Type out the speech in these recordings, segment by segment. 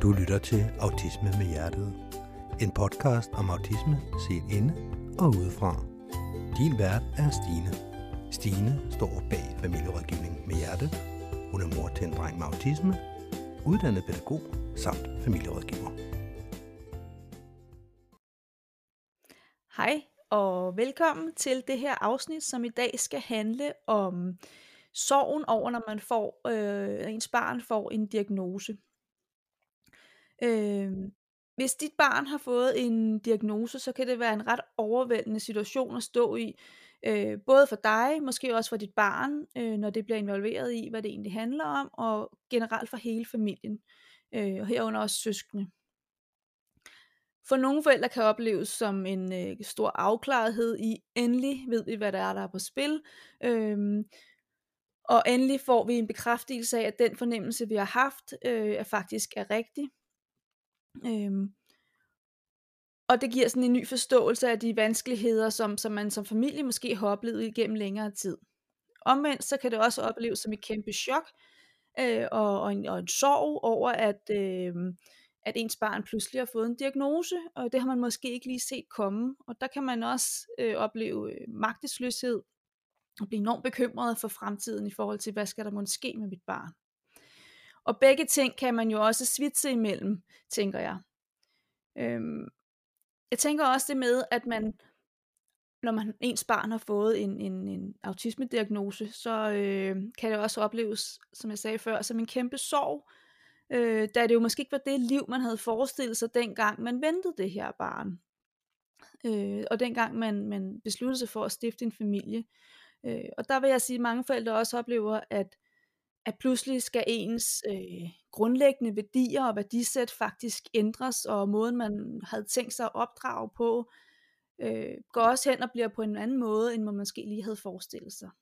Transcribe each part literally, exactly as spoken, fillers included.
Du lytter til Autisme med Hjertet. En podcast om autisme set inde og udefra. Din vært er Stine. Stine står bag familierådgivning med Hjerte. Hun er mor til en dreng med autisme, uddannet pædagog samt familierådgiver. Hej og velkommen til det her afsnit, som i dag skal handle om sorgen over, når man får, øh, ens barn får en diagnose. Øh, hvis dit barn har fået en diagnose, så kan det være en ret overvældende situation at stå i, øh, både for dig, måske også for dit barn, øh, når det bliver involveret i, hvad det egentlig handler om, og generelt for hele familien, øh, og herunder også søskende. For nogle forældre kan opleves som en øh, stor afklarethed i, endelig ved vi, hvad der er, der er på spil, øhm, og endelig får vi en bekræftelse af, at den fornemmelse, vi har haft, øh, er faktisk er rigtig. Øhm, og det giver sådan en ny forståelse af de vanskeligheder, som, som man som familie måske har oplevet igennem længere tid. Omvendt så kan det også opleves som et kæmpe chok, øh, og, og, en, og en sorg over, at... Øh, at ens barn pludselig har fået en diagnose, og det har man måske ikke lige set komme, og der kan man også øh, opleve øh, magtesløshed, og blive enormt bekymret for fremtiden i forhold til, hvad skal der måske ske med mit barn. Og begge ting kan man jo også switche imellem, tænker jeg. Øhm, jeg tænker også det med, at man, når man, ens barn har fået en, en, en autisme-diagnose, så øh, kan det også opleves, som jeg sagde før, som en kæmpe sorg, Øh, da det jo måske ikke var det liv, man havde forestillet sig dengang, man ventede det her barn. Øh, og dengang man, man besluttede sig for at stifte en familie. Øh, og der vil jeg sige, at mange forældre også oplever, at, at pludselig skal ens øh, grundlæggende værdier og værdisæt faktisk ændres, og måden man havde tænkt sig at opdrage på, øh, går også hen og bliver på en anden måde, end man måske lige havde forestillet sig.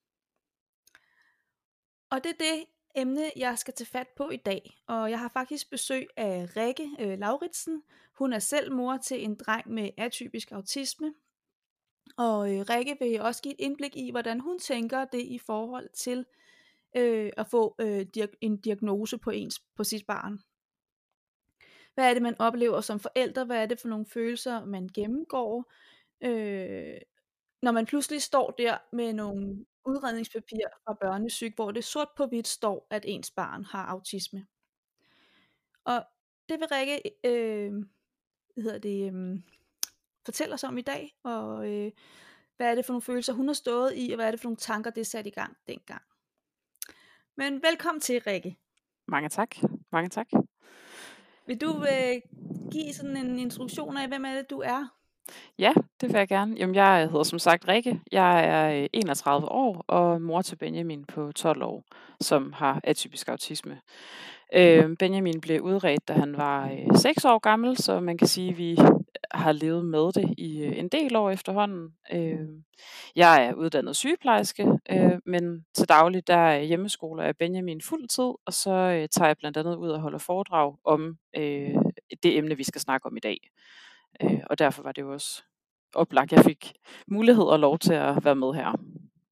Og det er det emne, jeg skal tage fat på i dag, og jeg har faktisk besøg af Rikke øh, Lauritsen. Hun er selv mor til en dreng med atypisk autisme, og øh, Rikke vil også give et indblik i, hvordan hun tænker det i forhold til øh, at få øh, diag- en diagnose på, ens, på sit barn. Hvad er det, man oplever som forældre? Hvad er det for nogle følelser, man gennemgår? Øh, når man pludselig står der med nogle udredningspapir fra børnesyg, hvor det sort på hvidt står, at ens barn har autisme. Og det vil Rikke øh, hvad hedder det, øh, fortælle os om i dag, og øh, hvad er det for nogle følelser, hun har stået i, og hvad er det for nogle tanker, det er sat i gang dengang. Men velkommen til, Rikke. Mange tak. Mange tak. Vil du øh, give sådan en introduktion af, hvem er det, du er? Ja, det vil jeg gerne. Jamen, jeg hedder som sagt Rikke. Jeg er enogtredive år og mor til Benjamin på tolv år, som har atypisk autisme. Øh, Benjamin blev udredt, da han var øh, seks år gammel, så man kan sige, at vi har levet med det i øh, en del år efterhånden. Øh, jeg er uddannet sygeplejerske, øh, men til daglig der er hjemmeskoler af Benjamin fuld tid, og så øh, tager jeg blandt andet ud og holder foredrag om øh, det emne, vi skal snakke om i dag. Øh, og derfor var det jo også oplagt, jeg fik mulighed og lov til at være med her.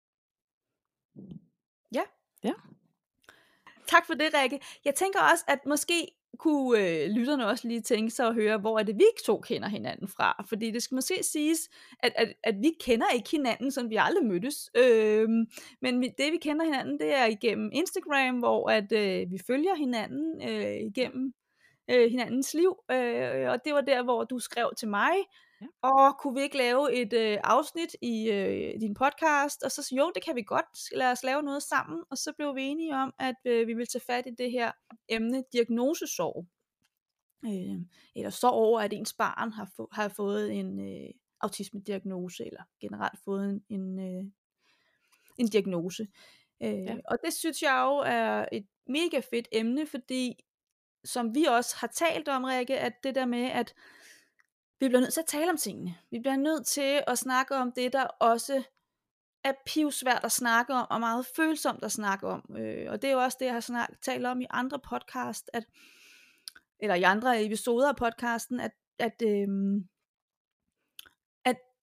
Ja. Ja. Tak for det, Rikke. Jeg tænker også, at måske kunne øh, lytterne også lige tænke sig at høre, hvor er det, vi to kender hinanden fra. Fordi det skal måske siges, at, at, at vi kender ikke hinanden, sådan vi aldrig mødtes. Øh, men vi, det, vi kender hinanden, det er igennem Instagram, hvor at, øh, vi følger hinanden øh, igennem øh, hinandens liv. Øh, og det var der, hvor du skrev til mig, ja. Og kunne vi ikke lave et øh, afsnit i øh, din podcast? Og så jo, det kan vi godt. Lad os lave noget sammen. Og så blev vi enige om, at øh, vi vil tage fat i det her emne, diagnosesorg. Øh, eller sorg over, at ens barn har, få, har fået en øh, autisme-diagnose, eller generelt fået en, en, øh, en diagnose. Øh, ja. Og det synes jeg jo er et mega fedt emne, fordi som vi også har talt om, Rikke, at det der med, at vi bliver nødt til at tale om tingene. Vi bliver nødt til at snakke om det, der også er pivsvært at snakke om, og meget følsomt at snakke om. Øh, og det er jo også det, jeg har snak- talt om i andre podcast, at, eller i andre episoder af podcasten, at, at, øh, at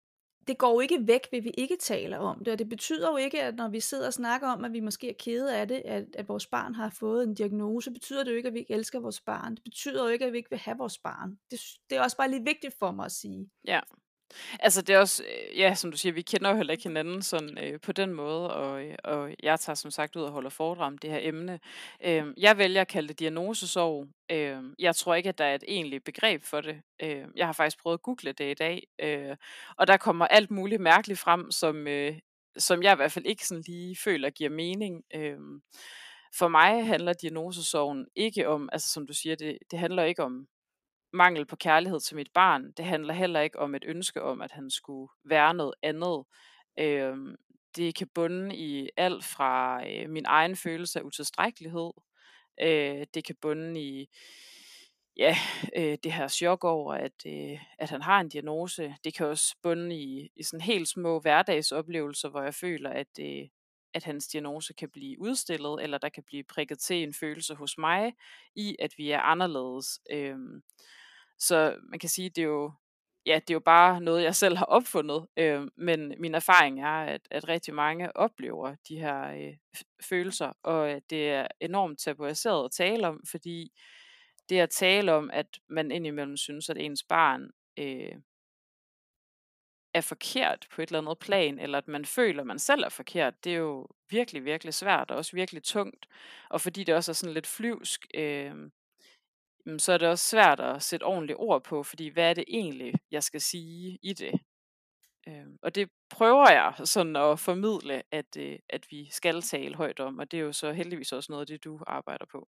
det går jo ikke væk, ved vi ikke taler om det, og det betyder jo ikke, at når vi sidder og snakker om, at vi måske er kede af det, at, at vores barn har fået en diagnose, betyder det jo ikke, at vi ikke elsker vores barn. Det betyder jo ikke, at vi ikke vil have vores barn. Det, det er også bare lige vigtigt for mig at sige. Ja. Altså det er også, øh, ja, som du siger, vi kender jo heller ikke hinanden sådan øh, på den måde, og, øh, og jeg tager som sagt ud og holder foredrag om det her emne. Øh, jeg vælger at kalde det diagnosesorg. Øh, jeg tror ikke, at der er et egentligt begreb for det. Øh, jeg har faktisk prøvet at google det i dag, øh, og der kommer alt muligt mærkeligt frem, som, øh, som jeg i hvert fald ikke sådan lige føler giver mening. Øh, for mig handler diagnosesorgen ikke om, altså som du siger, det, det handler ikke om mangel på kærlighed til mit barn. Det handler heller ikke om et ønske om, at han skulle være noget andet. Øhm, det kan bunde i alt fra øh, min egen følelse af utilstrækkelighed. Øh, det kan bunde i ja, øh, det her chok over, at, øh, at han har en diagnose. Det kan også bunde i, i sådan helt små hverdagsoplevelser, hvor jeg føler, at, øh, at hans diagnose kan blive udstillet, eller der kan blive prikket til en følelse hos mig i, at vi er anderledes. Øhm, så man kan sige, det er jo, ja, det er jo bare noget, jeg selv har opfundet, øh, men min erfaring er, at, at rigtig mange oplever de her øh, f- følelser, og at det er enormt tabuiseret at tale om, fordi det at tale om, at man indimellem synes, at ens barn øh, er forkert på et eller andet plan, eller at man føler, at man selv er forkert, det er jo virkelig, virkelig svært, og også virkelig tungt, og fordi det også er sådan lidt flyvsk, øh, jamen, så er det også svært at sætte ordentligt ord på, fordi hvad er det egentlig, jeg skal sige i det? Øh, og det prøver jeg sådan at formidle, at, øh, at vi skal tale højt om, og det er jo så heldigvis også noget af det, du arbejder på.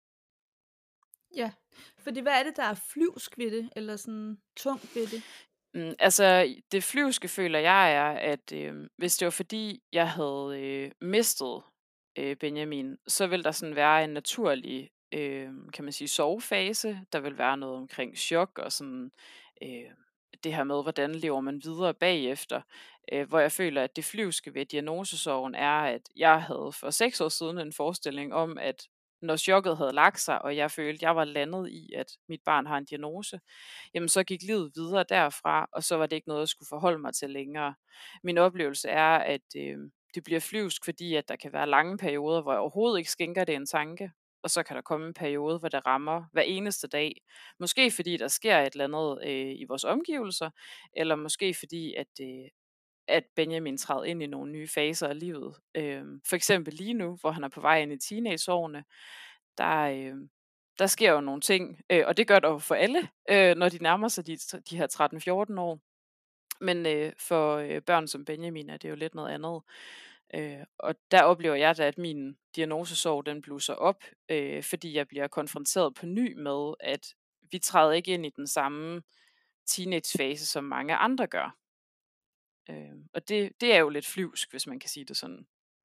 Ja, fordi hvad er det, der er flyvsk ved det, eller sådan tungt ved det? Mm, altså, det flyvske føler jeg er, at øh, hvis det var fordi, jeg havde øh, mistet øh, Benjamin, så vil der sådan være en naturlig, øh, kan man sige, sovefase. Der vil være noget omkring chok og sådan øh, det her med, hvordan lever man videre bagefter. Øh, hvor jeg føler, at det flyvske ved diagnosesorgen er, at jeg havde for seks år siden en forestilling om, at når chokket havde lagt sig, og jeg følte, at jeg var landet i, at mit barn har en diagnose, jamen så gik livet videre derfra, og så var det ikke noget, jeg skulle forholde mig til længere. Min oplevelse er, at øh, det bliver flyvsk, fordi at der kan være lange perioder, hvor jeg overhovedet ikke skænker det en tanke, og så kan der komme en periode, hvor det rammer hver eneste dag. Måske fordi der sker et eller andet øh, i vores omgivelser, eller måske fordi, at, øh, at Benjamin træder ind i nogle nye faser af livet. Øh, for eksempel lige nu, hvor han er på vej ind i teenageårene, der, øh, der sker jo nogle ting, øh, og det gør der jo for alle, øh, når de nærmer sig de, de her tretten fjorten år. Men øh, for øh, børn som Benjamin er det jo lidt noget andet. Øh, og der oplever jeg da, at min diagnosesorg den blusser op, øh, fordi jeg bliver konfronteret på ny med, at vi træder ikke ind i den samme teenagefase, som mange andre gør. Øh, og det, det er jo lidt flyvsk, hvis man kan sige det sådan.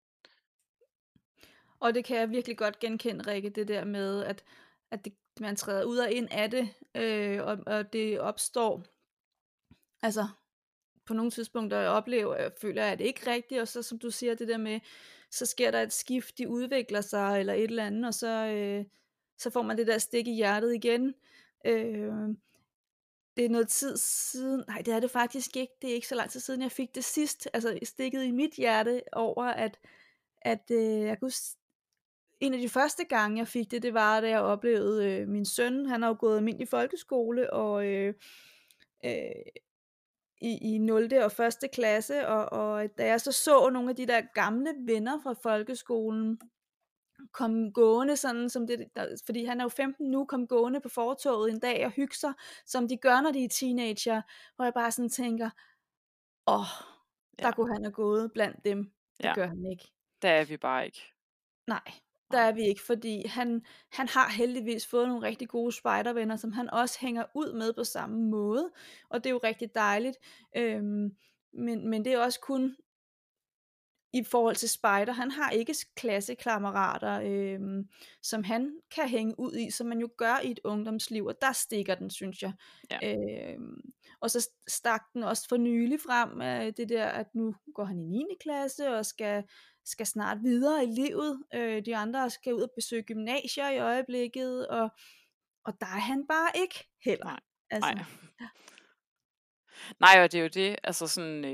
Og det kan jeg virkelig godt genkende, Rikke, det der med, at, at det, man træder ud og ind af det, øh, og, og det opstår, altså på nogle tidspunkter jeg oplever, jeg føler, at det ikke rigtigt, og så som du siger, det der med, så sker der et skift, de udvikler sig, eller et eller andet, og så, øh, så får man det der stik i hjertet igen. Øh, det er noget tid siden, nej det er det faktisk ikke, det er ikke så lang tid siden, jeg fik det sidst, altså stikket i mit hjerte over, at, at øh, jeg kunne en af de første gange, jeg fik det, det var, da jeg oplevede øh, min søn. Han har jo gået almindelig folkeskole, og øh, øh, i, i nul og første klasse, og, og da jeg så så nogle af de der gamle venner fra folkeskolen, kom gående sådan, som det, der, fordi han er jo femten nu, kom gående på fortovet en dag og hygge sig, som de gør, når de er teenager, hvor jeg bare sådan tænker, åh, oh, der Ja. kunne han have gået blandt dem. Det Ja. gør han ikke. Der er vi bare ikke. Nej, der er vi ikke, fordi han, han har heldigvis fået nogle rigtig gode spejdervenner, som han også hænger ud med på samme måde, og det er jo rigtig dejligt, øhm, men, men det er også kun i forhold til spejder. Han har ikke klassekammerater, øhm, som han kan hænge ud i, som man jo gør i et ungdomsliv, og der stikker den, synes jeg. Ja. Øhm, og så stak den også for nylig frem, øh, det der, at nu går han i niende klasse, og skal, skal snart videre i livet. Øh, de andre skal ud og besøge gymnasier i øjeblikket, og, og der er han bare ikke heller. Nej. Altså, Nej. Nej, og det er jo det, altså sådan, øh,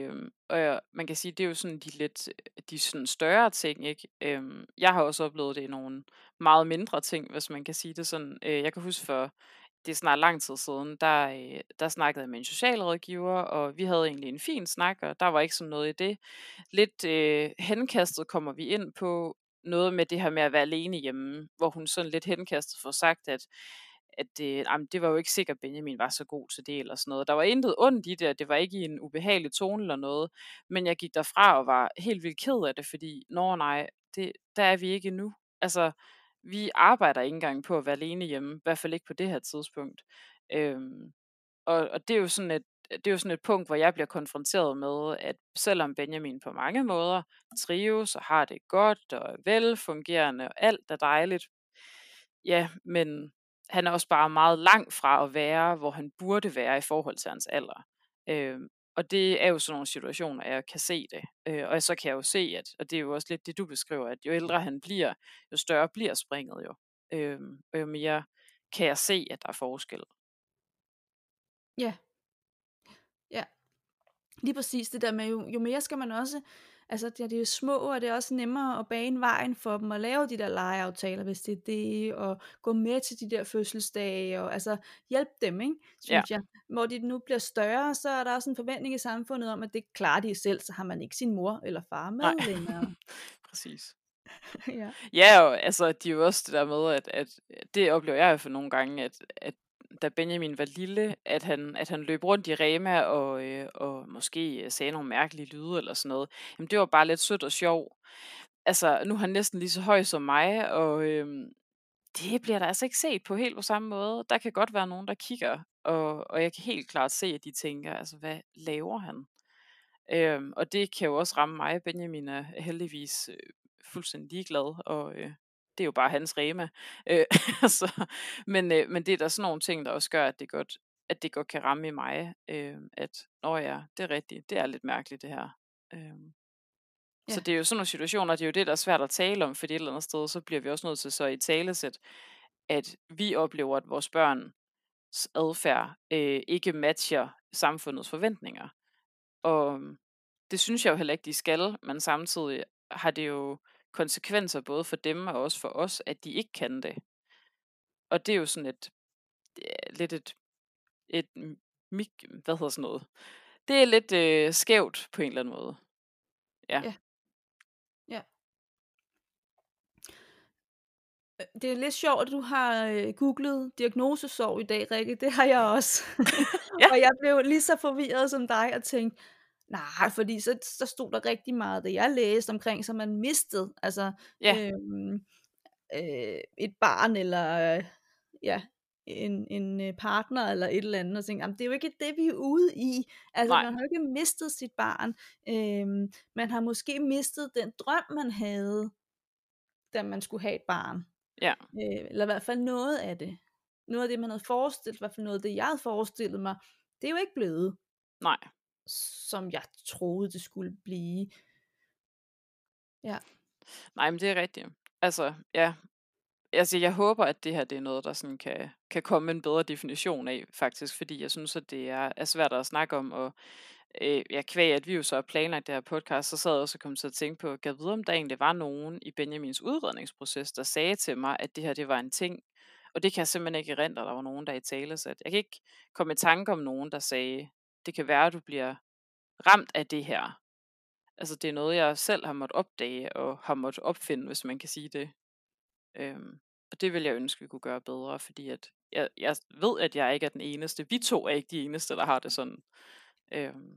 og man kan sige, det er jo sådan de lidt de sådan større ting, ikke? Øhm, jeg har også oplevet det i nogle meget mindre ting, hvis man kan sige det sådan. Øh, jeg kan huske for, det er snart lang tid siden, der, øh, der snakkede jeg med en socialrådgiver, og vi havde egentlig en fin snak, og der var ikke sådan noget i det. Lidt øh, henkastet kommer vi ind på noget med det her med at være alene hjemme, hvor hun sådan lidt henkastet får sagt, at at det, jamen, det var jo ikke sikkert, at Benjamin var så god til det, eller sådan noget. Der var intet ondt i det, og det var ikke i en ubehagelig tone eller noget, men jeg gik derfra og var helt vildt ked af det, fordi, nå nej, det, der er vi ikke endnu. Altså, vi arbejder ikke engang på at være alene hjemme, i hvert fald ikke på det her tidspunkt. Øhm, og, og det er jo sådan et, det er jo sådan et punkt, hvor jeg bliver konfronteret med, at selvom Benjamin på mange måder trives og har det godt og er velfungerende og alt er dejligt, ja, men han er også bare meget langt fra at være, hvor han burde være i forhold til hans alder. Øhm, og det er jo sådan nogle situationer, jeg kan se det. Øh, og så kan jeg jo se, at, og det er jo også lidt det, du beskriver, at jo ældre han bliver, jo større bliver springet jo. Øhm, og jo mere kan jeg se, at der er forskel. Ja, ja. Lige præcis det der med, jo, jo mere skal man også, altså det, det er jo små, og det er også nemmere at bane vejen for dem, at lave de der legeaftaler, hvis det er det, og gå med til de der fødselsdage, og altså hjælpe dem, ikke, Ja, synes jeg. Hvor de nu bliver større, så er der også en forventning i samfundet om, at det klarer de selv, så har man ikke sin mor eller far nej, med længere. præcis. Ja. Ja, og altså, de er jo også det der med, at, at det oplever jeg jo for nogle gange, at, at da Benjamin var lille, at han, at han løb rundt i Rema og, øh, og måske øh, sagde nogle mærkelige lyde eller sådan noget. Jamen, det var bare lidt sødt og sjov. Altså, nu er han næsten lige så høj som mig, og øhm, det bliver der altså ikke set på helt på samme måde. Der kan godt være nogen, der kigger, og, og jeg kan helt klart se, at de tænker, altså, hvad laver han? Øhm, og det kan jo også ramme mig. Benjamin er heldigvis øh, fuldstændig ligeglad, og øh, det er jo bare hans Rema. Øh, så, men, øh, men det er der sådan nogle ting, der også gør, at det godt, at det godt kan ramme i mig, øh, at, nå ja, det er rigtigt, det er lidt mærkeligt det her. Øh, så Ja. det er jo sådan nogle situationer, det er jo det, der er svært at tale om, fordi et eller andet sted, så bliver vi også nødt til så i talesæt, at vi oplever, at vores børns adfærd øh, ikke matcher samfundets forventninger. Og det synes jeg jo heller ikke, de skal, men samtidig har det jo konsekvenser både for dem og også for os, at de ikke kan det. Og det er jo sådan et, ja, lidt et, et mik, hvad hedder sådan noget? Det er lidt øh, skævt på en eller anden måde. Ja. Ja. Ja. Øh, Det er lidt sjovt, at du har øh, googlet diagnosesorg i dag, Rikke. Det har jeg også. Ja. Og jeg blev lige så forvirret som dig og tænkte, nej, fordi så, så stod der rigtig meget, det jeg læste omkring, så man mistede altså Ja, øhm, øh, et barn, eller øh, ja, en, en øh, partner, eller et eller andet, og tænkte, jamen, det er jo ikke det, vi er ude i. Altså, nej, man har jo ikke mistet sit barn. Øhm, man har måske mistet den drøm, man havde, da man skulle have et barn. ja, Øh, eller i hvert fald noget af det. Noget af det, man havde forestillet, i hvert fald noget af det, jeg havde forestillet mig, det er jo ikke blevet, nej. som jeg troede, det skulle blive. Ja. Nej, men det er rigtigt. Altså, ja. Altså, jeg håber, at det her det er noget, der sådan kan, kan komme en bedre definition af, faktisk, fordi jeg synes, at det er, er svært at snakke om, og øh, ja, kvæg, at vi jo så har planlagt det her podcast, så sad jeg også og kom til at tænke på, gad vide, om der egentlig var nogen i Benjamins udredningsproces, der sagde til mig, at det her, det var en ting, og det kan jeg simpelthen ikke erindre, der var nogen, der i tale sat. Jeg kan ikke komme i tanke om nogen, der sagde, det kan være, at du bliver ramt af det her. Altså, det er noget, jeg selv har måttet opdage, og har måttet opfinde, hvis man kan sige det. Øhm, og det vil jeg ønske, vi kunne gøre bedre, fordi at jeg, jeg ved, at jeg ikke er den eneste. Vi to er ikke de eneste, der har det sådan. Øhm,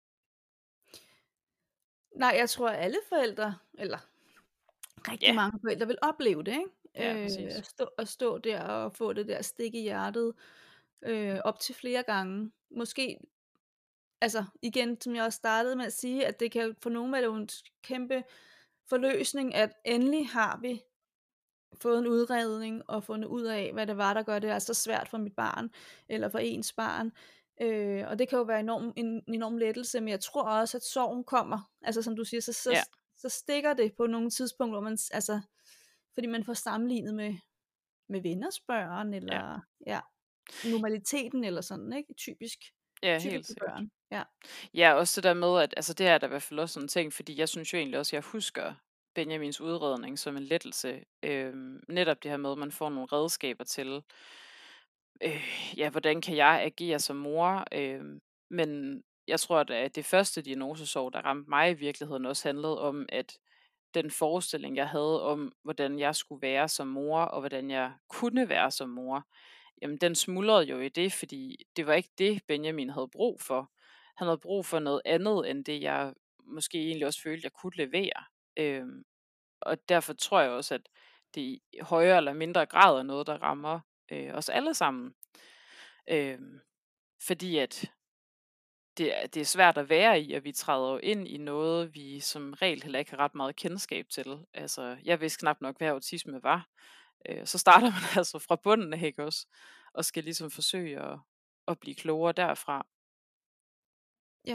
Nej, jeg tror, at alle forældre, eller rigtig ja, mange forældre, vil opleve det, ikke? ja, Øh, præcis. at, stå, at stå der og få det der stik i hjertet øh, op til flere gange. Måske, altså igen, som jeg også startede med at sige, at det kan for nogen være en kæmpe forløsning, at endelig har vi fået en udredning og fundet ud af, hvad det var, der gør det er så svært for mit barn, eller for ens barn. Øh, og det kan jo være enorm, en, en enorm lettelse, men jeg tror også, at sorgen kommer. Altså som du siger, så, så, Ja, så stikker det på nogle tidspunkter, hvor man, altså, fordi man får sammenlignet med, med venners børn, ja, eller ja, normaliteten, eller sådan, ikke? Typisk, ja, helt typisk for sikkert. børn. Ja. Ja, også det der med, at altså det er der i hvert fald også sådan en ting, fordi jeg synes jo egentlig også, jeg husker Benjamins udredning som en lettelse. Øhm, netop det her med, at man får nogle redskaber til, øh, ja, hvordan kan jeg agere som mor? Øhm, men jeg tror, at øh, det første diagnosesorg, der ramte mig i virkeligheden, også handlede om, at den forestilling, jeg havde om, hvordan jeg skulle være som mor, og hvordan jeg kunne være som mor, jamen den smuldrede jo i det, fordi det var ikke det, Benjamin havde brug for. Han havde brug for noget andet, end det jeg måske egentlig også følte, jeg kunne levere. Øhm, og derfor tror jeg også, at det i højere eller mindre grad er noget, der rammer øh, os alle sammen. Øhm, fordi at det er, det er svært at være i, at vi træder jo ind i noget, vi som regel heller ikke har ret meget kendskab til. Altså, jeg vidste knap nok, hvad autisme var. Øh, så starter man altså fra bunden af, ikke også? Og skal ligesom forsøge at, at blive klogere derfra. Ja.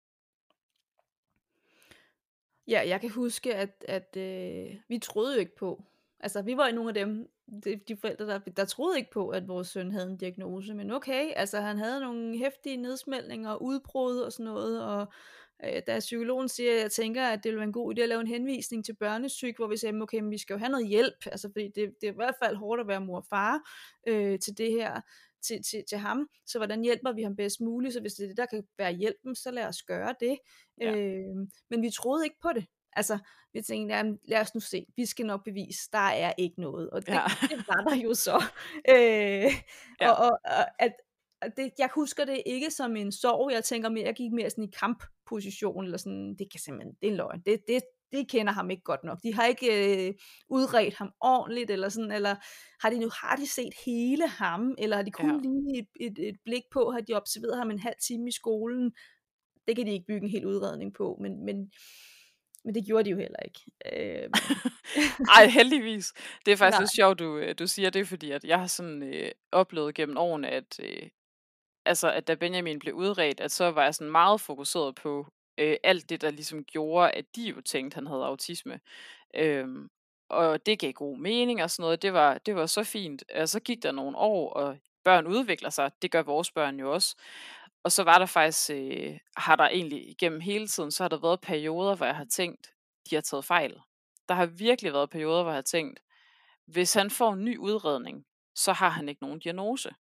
Ja, jeg kan huske, at, at øh, vi troede jo ikke på, altså vi var jo nogle af dem, de, de forældre, der, der troede ikke på, at vores søn havde en diagnose, men okay, altså han havde nogle heftige nedsmeltninger og udbrud og sådan noget, og øh, da psykologen siger, at jeg tænker, at det ville være en god idé at lave en henvisning til børnesyg, hvor vi sagde, okay, men vi skal jo have noget hjælp, altså fordi det, det er i hvert fald hårdt at være mor og far øh, til det her, til, til, til ham, så hvordan hjælper vi ham bedst muligt, så hvis det er det, der kan være hjælpen, så lad os gøre det. Ja. Øh, men vi troede ikke på det. Altså, vi tænkte, jamen, lad os nu se, vi skal nok bevise, der er ikke noget. Og det, Ja. det var der jo så. Øh, Ja. og, og, og at, at det, jeg husker det ikke som en sorg, jeg tænker mere, jeg gik mere sådan i kampposition, eller sådan, det kan simpelthen, det er en løgn, det, det, det kender ham ikke godt nok. De har ikke øh, udredt ham ordentligt, eller sådan, eller har de nu har de set hele ham, eller har de kun Ja. lige et, et, et blik på, har de observeret ham en halv time i skolen. Det kan de ikke bygge en hel udredning på, men, men, men det gjorde de jo heller ikke. Øhm. Ej, heldigvis. Det er faktisk Nej. lidt sjovt, du, øh, du siger det, fordi at jeg har sådan øh, oplevet gennem årene, at, øh, altså, at da Benjamin blev udredt, at så var jeg sådan meget fokuseret på øh, alt det, der ligesom gjorde, at de jo tænkte, han havde autisme. Øhm, og det gav god mening og sådan noget. Det var, det var så fint. Og så gik der nogle år, og børn udvikler sig. Det gør vores børn jo også. Og så var der faktisk, øh, har der egentlig igennem hele tiden, så har der været perioder, hvor jeg har tænkt, de har taget fejl. Der har virkelig været perioder, hvor jeg har tænkt, hvis han får en ny udredning, så har han ikke nogen diagnose.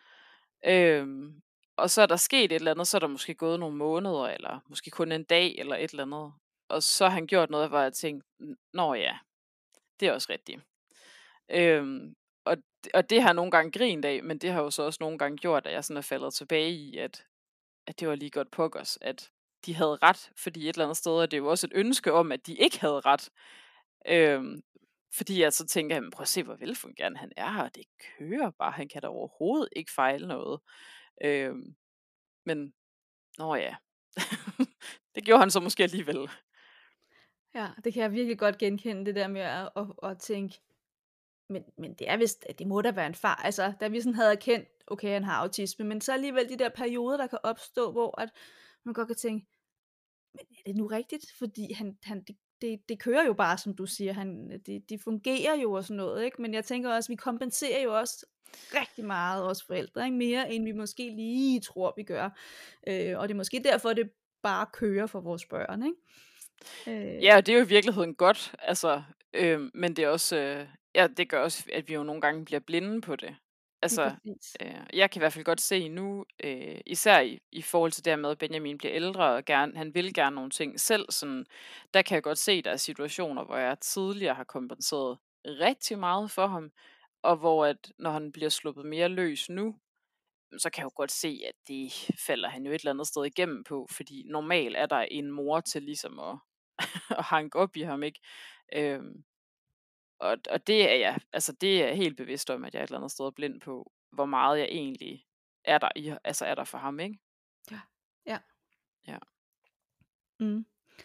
Øhm, og så er der sket et eller andet, så er der måske gået nogle måneder, eller måske kun en dag, eller et eller andet. Og så har han gjort noget, hvor jeg tænkte, nå ja, det er også rigtigt. Øhm, og, og det har jeg nogle gange grint af, men det har jo så også nogle gange gjort, at jeg sådan er faldet tilbage i, at, at det var lige godt pokkers, at de havde ret, fordi et eller andet sted er det jo også et ønske om, at de ikke havde ret. Øhm, fordi jeg så tænker, jamen, prøv at se, hvor velfungerende han er, og det kører bare, han kan da overhovedet ikke fejle noget. Øhm, men, nå ja, det gjorde han så måske alligevel. Ja, det kan jeg virkelig godt genkende, det der med at, at, at tænke, men, men det er vist, det må da være en far, altså, da vi sådan havde erkendt, okay, han har autisme, men så alligevel de der perioder, der kan opstå, hvor at man godt kan tænke, men er det nu rigtigt? Fordi han, han, det, det, det kører jo bare, som du siger, han, det, det fungerer jo og sådan noget, ikke? Men jeg tænker også, vi kompenserer jo også rigtig meget, os forældre, ikke? Mere end vi måske lige tror, vi gør. Øh, og det er måske derfor, det bare kører for vores børn, ikke? Øh. Ja, og det er jo i virkeligheden godt, altså, øh, men det er også, øh, ja, det gør også, at vi jo nogle gange bliver blinde på det. Altså, øh, jeg kan i hvert fald godt se nu, øh, især i, i forhold til det her med, at Benjamin bliver ældre, og gerne, han vil gerne nogle ting selv, sådan, der kan jeg godt se, at der er situationer, hvor jeg tidligere har kompenseret rigtig meget for ham, og hvor at, når han bliver sluppet mere løs nu, så kan jeg jo godt se, at det falder han jo et eller andet sted igennem på, fordi normalt er der en mor til ligesom at, at hanke op i ham, ikke? Øhm, og, og det er jeg, altså det er jeg helt bevidst om, at jeg er et eller andet sted er blind på, hvor meget jeg egentlig er der, i, altså er der for ham, ikke? Ja, ja. Ja. Mm.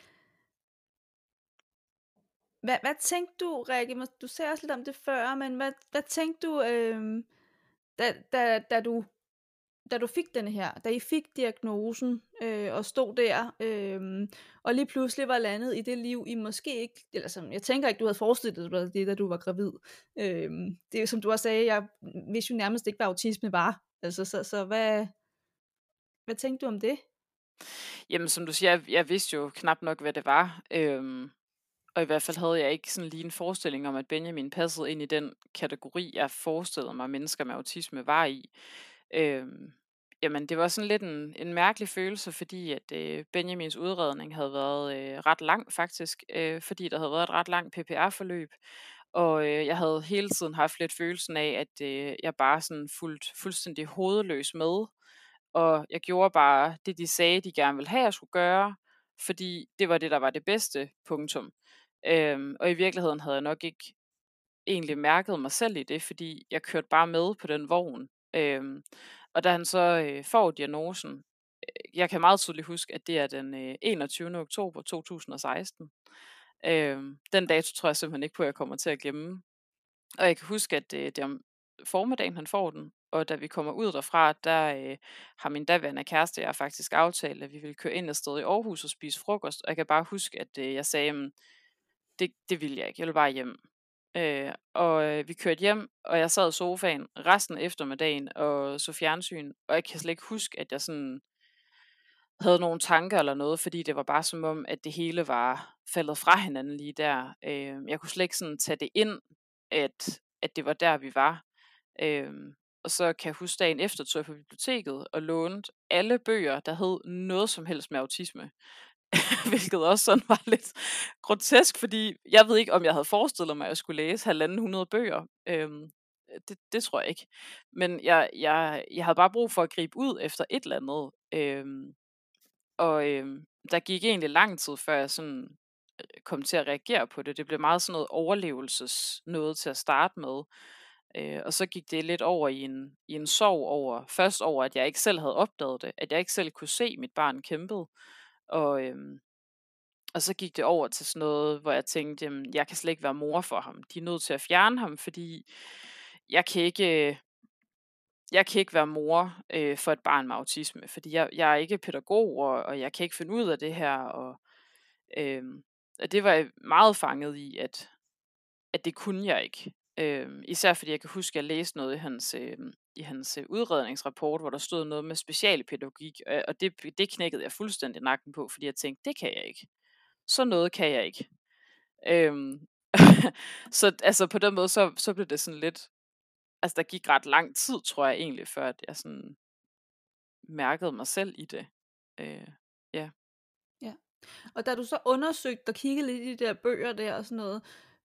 Hvad, hvad tænkte du, Rikke? Du sagde også lidt om det før, men hvad, hvad tænkte du, øh, da, da, da du da du fik den her, da I fik diagnosen øh, og stod der, øh, og lige pludselig var landet i det liv, I måske ikke, eller som, jeg tænker ikke, du havde forestillet dig det, da du var gravid. Øh, det er jo som du også sagde, jeg vidste jo nærmest ikke, hvad autisme var. Altså, så, så hvad, hvad tænkte du om det? Jamen, som du siger, jeg jeg vidste jo knap nok, hvad det var. Øhm, og i hvert fald havde jeg ikke sådan lige en forestilling om, at Benjamin passede ind i den kategori, jeg forestillede mig, mennesker med autisme var i. Øhm, jamen, det var sådan lidt en, en mærkelig følelse, fordi at øh, Benjamins udredning havde været øh, ret lang faktisk, øh, fordi der havde været et ret langt P P R-forløb, og øh, jeg havde hele tiden haft lidt følelsen af, at øh, jeg bare sådan fuldt fuldstændig hovedløs med, og jeg gjorde bare det, de sagde, de gerne ville have, jeg skulle gøre, fordi det var det, der var det bedste, punktum. Øhm, og i virkeligheden havde jeg nok ikke egentlig mærket mig selv i det, fordi jeg kørte bare med på den vogn. Øhm, og da han så øh, får diagnosen, øh, jeg kan meget tydeligt huske, at det er den øh, enogtyvende oktober to tusind og seksten. Øhm, den dato tror jeg simpelthen ikke på, at jeg kommer til at glemme. Og jeg kan huske, at øh, det er om formiddagen, han får den, og da vi kommer ud derfra, der øh, har min daværende kæreste og jeg faktisk aftalt, at vi ville køre ind et sted i Aarhus og spise frokost. Og jeg kan bare huske, at øh, jeg sagde, "Jamen, det, det ville jeg ikke, jeg ville bare hjem." Øh, og øh, vi kørte hjem, og jeg sad i sofaen resten af eftermiddagen og så fjernsyn, og jeg kan slet ikke huske, at jeg sådan havde nogle tanker eller noget, fordi det var bare som om, at det hele var faldet fra hinanden lige der. Øh, jeg kunne slet ikke sådan tage det ind, at, at det var der, vi var. Øh, og så kan jeg huske dagen efter, tog jeg på biblioteket og lånte alle bøger, der hed noget som helst med autisme. Hvilket også sådan var lidt grotesk, fordi jeg ved ikke, om jeg havde forestillet mig, at jeg skulle læse halvanden hundrede bøger. Øhm, det, det tror jeg ikke. Men jeg, jeg, jeg havde bare brug for at gribe ud efter et eller andet. Øhm, og øhm, der gik egentlig lang tid, før jeg sådan øh, kom til at reagere på det. Det blev meget sådan noget overlevelses noget til at starte med. Øh, og så gik det lidt over i en, i en sorg over, først over, at jeg ikke selv havde opdaget det, at jeg ikke selv kunne se mit barn kæmpede. Og, øhm, og så gik det over til sådan noget, hvor jeg tænkte, jamen, jeg kan slet ikke være mor for ham. De er nødt til at fjerne ham, fordi jeg kan ikke, øh, jeg kan ikke være mor øh, for et barn med autisme, fordi jeg, jeg er ikke pædagog, og, og jeg kan ikke finde ud af det her. Og, øhm, og det var jeg meget fanget i, at, at det kunne jeg ikke. Øhm, især fordi jeg kan huske, at jeg læste noget i hans, øh, i hans øh, udredningsrapport, hvor der stod noget med specialpædagogik, og, og det, det knækkede jeg fuldstændig nakken på, fordi jeg tænkte, det kan jeg ikke. Så noget kan jeg ikke. Øhm, så altså på den måde, så, så blev det sådan lidt, altså der gik ret lang tid, tror jeg egentlig, før at jeg sådan mærkede mig selv i det. Øh, ja. Ja. Og da du så undersøgte og kiggede lidt i de der bøger der og sådan noget,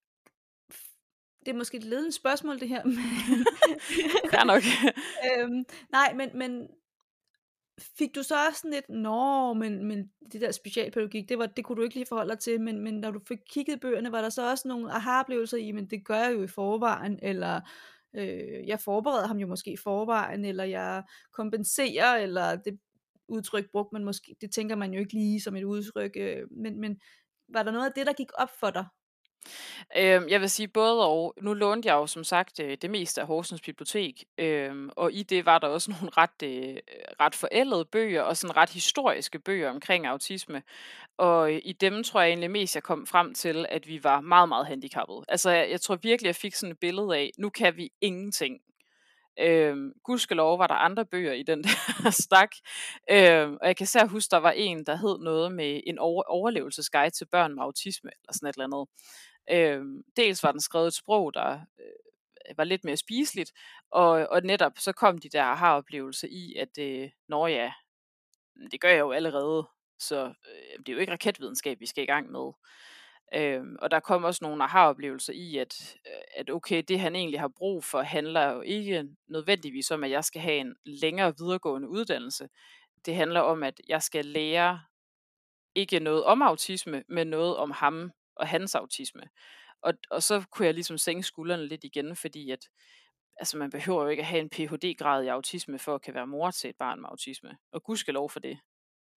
det er måske et ledende spørgsmål det her, men Fair nok. øhm, nej, men, men fik du så også sådan lidt, nå, men, men det der specialpædagogik, det, var, det kunne du ikke lige forholde dig til, men, men når du fik kigget i bøgerne, var der så også nogle aha-oplevelser i, men det gør jeg jo i forvejen, eller øh, jeg forbereder ham jo måske i forvejen, eller jeg kompenserer, eller det udtryk brugte man måske, det tænker man jo ikke lige som et udtryk, øh, men, men var der noget af det, der gik op for dig? Øhm, jeg vil sige både og. Nu lånte jeg jo som sagt øh, det meste af Horsens Bibliotek, øhm, og i det var der også nogle ret, øh, ret forældede bøger og sådan ret historiske bøger omkring autisme. Og øh, i dem tror jeg egentlig mest, jeg kom frem til, at vi var meget, meget handicappede. Altså jeg, jeg tror virkelig, jeg fik sådan et billede af, nu kan vi ingenting. Øhm, gudskelov var der andre bøger i den der stak. Øhm, og jeg kan især huske, der var en, der hed noget med en over- overlevelsesguide til børn med autisme, eller sådan et eller andet. Øhm, dels var den skrevet et sprog, der øh, var lidt mere spiseligt, og, og netop så kom de der aha-oplevelser i, at øh, nå ja, det gør jeg jo allerede, så øh, det er jo ikke raketvidenskab, vi skal i gang med. Øhm, og der kom også nogle aha-oplevelser i, at, øh, at okay, det han egentlig har brug for, handler jo ikke nødvendigvis om, at jeg skal have en længere videregående uddannelse. Det handler om, at jeg skal lære ikke noget om autisme, men noget om ham og hans autisme. Og, og så kunne jeg ligesom sænke skuldrene lidt igen, fordi at, altså man behøver jo ikke at have en P H D-grad i autisme, for at kan være mor til et barn med autisme. Og gudskelov for det.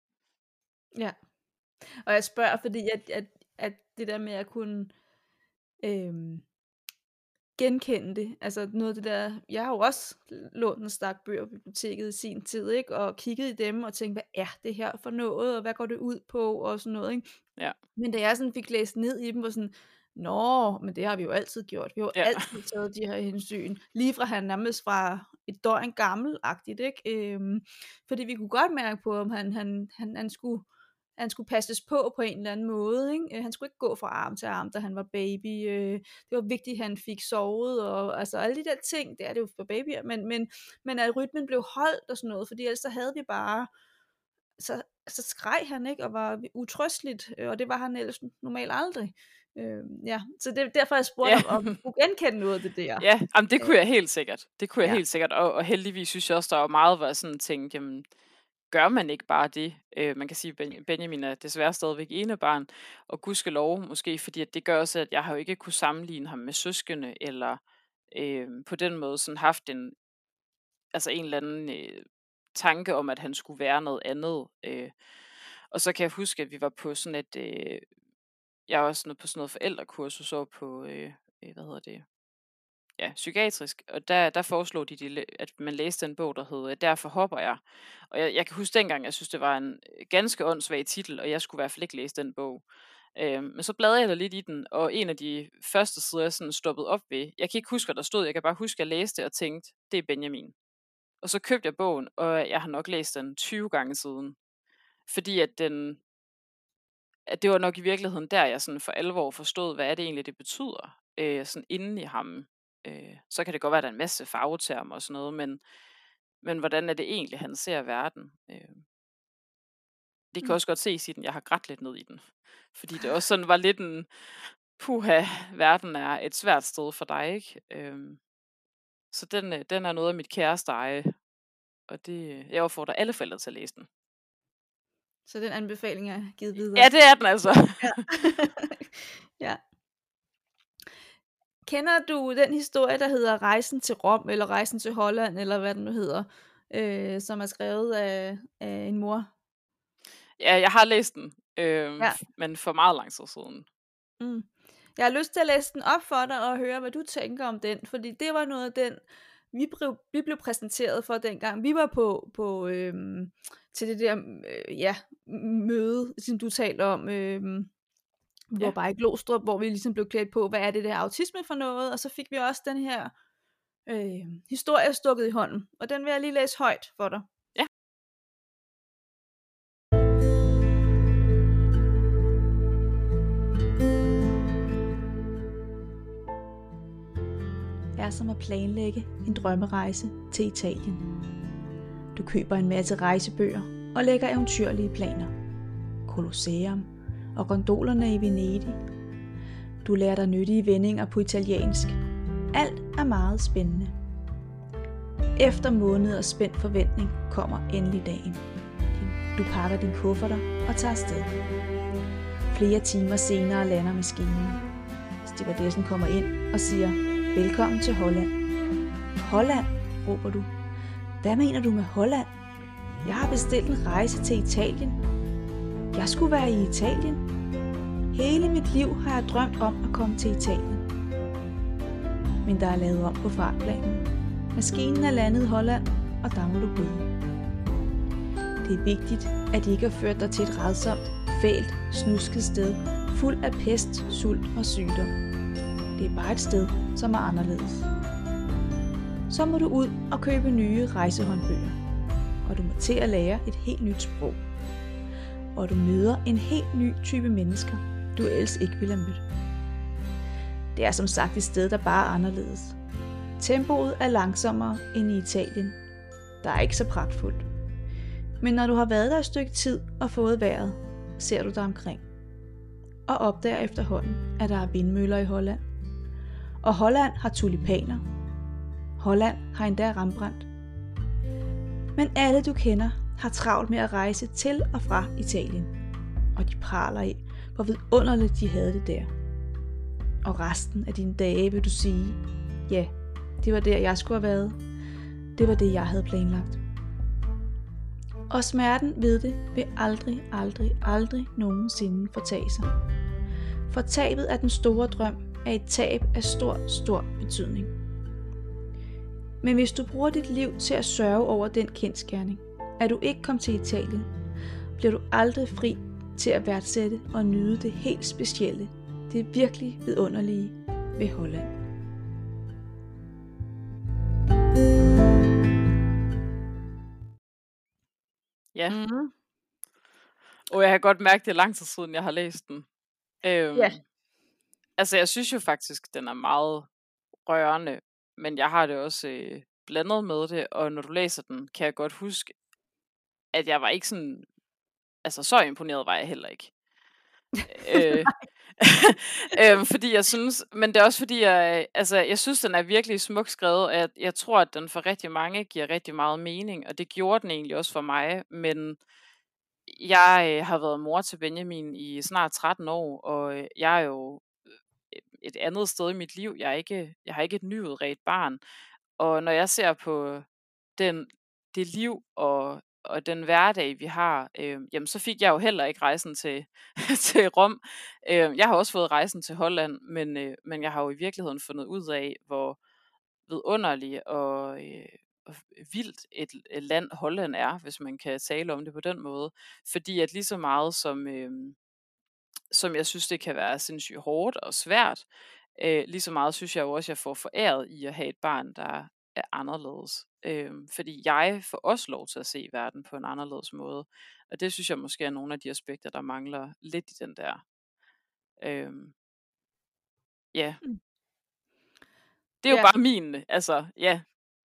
Ja, og jeg spørger, fordi at, at, at det der med at kunne øhm, genkende det, altså noget af det der, jeg har jo også lånt en stak bøger på biblioteket i sin tid, ikke, og kigget i dem og tænkt, hvad er det her for noget, og hvad går det ud på, og sådan noget, ikke? Ja. Men da jeg sådan fik læst ned i dem, var sådan, nå, men det har vi jo altid gjort, vi har jo Ja. altid taget de her hensyn, lige fra han nærmest fra et døgn gammel-agtigt, ikke? Øhm, fordi vi kunne godt mærke på, om han, han, han, han skulle han skulle passes på på en eller anden måde, ikke? Øh, Han skulle ikke gå fra arm til arm, da han var baby. Øh, Det var vigtigt, at han fik sovet, og altså alle de der ting, det er det jo for babyer, men, men, men at rytmen blev holdt og sådan noget, fordi ellers så havde vi bare, så, så skreg han, ikke, og var utrøsteligt, øh, og det var han ellers normalt aldrig. Øh, ja, så det er derfor, jeg spurgte, Ja. om, om du kunne genkende noget af det der. Ja, jamen det kunne jeg helt sikkert. Det kunne jeg Ja. helt sikkert. Og, og heldigvis synes jeg også, der var meget, hvor jeg sådan tænkte, jamen, gør man ikke bare det? Øh, man kan sige, at Benjamin er desværre stadigvæk enebarn, og gudskelov måske, fordi at det gør også, at jeg har jo ikke kunne sammenligne ham med søskende, eller øh, på den måde sådan haft en, altså en eller anden øh, tanke om, at han skulle være noget andet. Øh. Og så kan jeg huske, at vi var på sådan et, øh, jeg er også på sådan noget forældrekursus over på, øh, øh, hvad hedder det, ja, psykiatrisk, og der, der foreslog de, de, at man læste en bog, der hed Derfor hopper jeg. Og jeg, jeg kan huske dengang, jeg synes, det var en ganske åndssvag titel, og jeg skulle i hvert fald ikke læse den bog. Øhm, men så bladrede jeg da lidt i den, og en af de første sider, jeg sådan stoppede op ved, jeg kan ikke huske, hvad der stod, jeg kan bare huske, at jeg læste og tænkte, det er Benjamin. Og så købte jeg bogen, og jeg har nok læst den tyve gange siden. Fordi at den, at det var nok i virkeligheden der, jeg sådan for alvor forstod, hvad er det egentlig, det betyder, øh, sådan inden i ham. Øh, så kan det godt være, at der er en masse fagtermer og sådan noget, men, men hvordan er det egentlig, han ser verden? Øh, det kan Mm. også godt ses i den, jeg har grædt lidt ned i den. Fordi det også sådan var lidt en, puha, verden er et svært sted for dig, ikke? Øh, så den, øh, den er noget af mit kæreste eje, og det, jeg opfordrer alle forældre til at læse den. Så den anbefaling er givet videre. Ja, det er den altså. Ja. Ja. Kender du den historie, der hedder Rejsen til Rom, eller Rejsen til Holland, eller hvad den nu hedder, øh, som er skrevet af, af en mor? Ja, jeg har læst den, øh, Ja. f- men for meget lang tid siden. Mm. Jeg har lyst til at læse den op for dig og høre, hvad du tænker om den, fordi det var noget af den, vi blev, vi blev præsenteret for dengang. Vi var på, på øhm, til det der øh, ja, møde, som du talte om, øhm, vi var Ja. bare i Glostrup, hvor vi ligesom blev klædt på, hvad er det der autisme for noget, og så fik vi også den her øh, historie stukket i hånden, og den vil jeg lige læse højt for dig. Ja. Er som at planlægge en drømmerejse til Italien. Du køber en masse rejsebøger og lægger eventyrlige planer. Colosseum og gondolerne i Venedig. Du lærer dig nyttige vendinger på italiensk. Alt er meget spændende. Efter måneder spændt forventning kommer endelig dagen. Du pakker dine kufferter og tager afsted. Flere timer senere lander maskinen. Stewardessen kommer ind og siger, velkommen til Holland. Holland, råber du. Hvad mener du med Holland? Jeg har bestilt en rejse til Italien. Jeg skulle være i Italien. Hele mit liv har jeg drømt om at komme til Italien. Men der er lavet om på fartplanen. Maskinen er landet i Holland, og der må du bøde. Det er vigtigt, at de ikke har ført dig til et rædsomt, fælt, snusket sted, fuld af pest, sult og sygdom. Det er bare et sted, som er anderledes. Så må du ud og købe nye rejsehåndbøger, og du må til at lære et helt nyt sprog. Og du møder en helt ny type mennesker, du ellers ikke ville have mødt. Det er som sagt et sted, der bare er anderledes. Tempoet er langsommere end i Italien. Der er ikke så pragtfuldt. Men når du har været der et stykke tid og fået vejret, ser du dig omkring. Og opdager efterhånden, at der er vindmøller i Holland. Og Holland har tulipaner. Holland har endda Rembrandt. Men alle du kender har travlt med at rejse til og fra Italien. Og de praler af, hvor vidunderligt de havde det der. Og resten af dine dage vil du sige, ja, det var der jeg skulle have været. Det var det jeg havde planlagt. Og smerten ved det vil aldrig, aldrig, aldrig nogensinde fortage sig. For tabet af den store drøm er et tab af stor, stor betydning. Men hvis du bruger dit liv til at sørge over den kendsgerning, at du ikke kom til Italien, bliver du aldrig fri til at værdsætte og nyde det helt specielle, det virkelig vidunderlige ved Holland. Ja. Mhm. Og jeg kan godt mærke, det er lang tid siden, jeg har læst den. Øhm, Ja. altså, jeg synes jo faktisk, den er meget rørende, men jeg har det også øh, blandet med det, og når du læser den, kan jeg godt huske, at jeg var ikke sådan, altså så imponeret var jeg heller ikke. øh, øhm, fordi jeg synes, men det er også fordi, jeg, altså, jeg synes, den er virkelig smukt skrevet, og jeg, jeg tror, at den for rigtig mange giver rigtig meget mening, og det gjorde den egentlig også for mig, men jeg øh, har været mor til Benjamin i snart tretten år, og øh, jeg er jo øh, et andet sted i mit liv. Jeg, er ikke, jeg har ikke et nyudredt barn, og når jeg ser på den, det liv og, og den hverdag, vi har, øh, jamen så fik jeg jo heller ikke rejsen til, til Rom. Øh, jeg har også fået rejsen til Holland, men, øh, men jeg har jo i virkeligheden fundet ud af, hvor vidunderlig og, øh, og vildt et, et land Holland er, hvis man kan tale om det på den måde. Fordi at lige så meget som, øh, som jeg synes, det kan være sindssygt hårdt og svært, øh, lige så meget synes jeg jo også, at jeg får foræret i at have et barn, der er anderledes. Øh, fordi jeg får også lov til at se verden på en anderledes måde. Og det synes jeg måske er nogle af de aspekter, der mangler lidt i den der. Øh, ja. Mm. Det er jo Ja. bare min, altså, ja.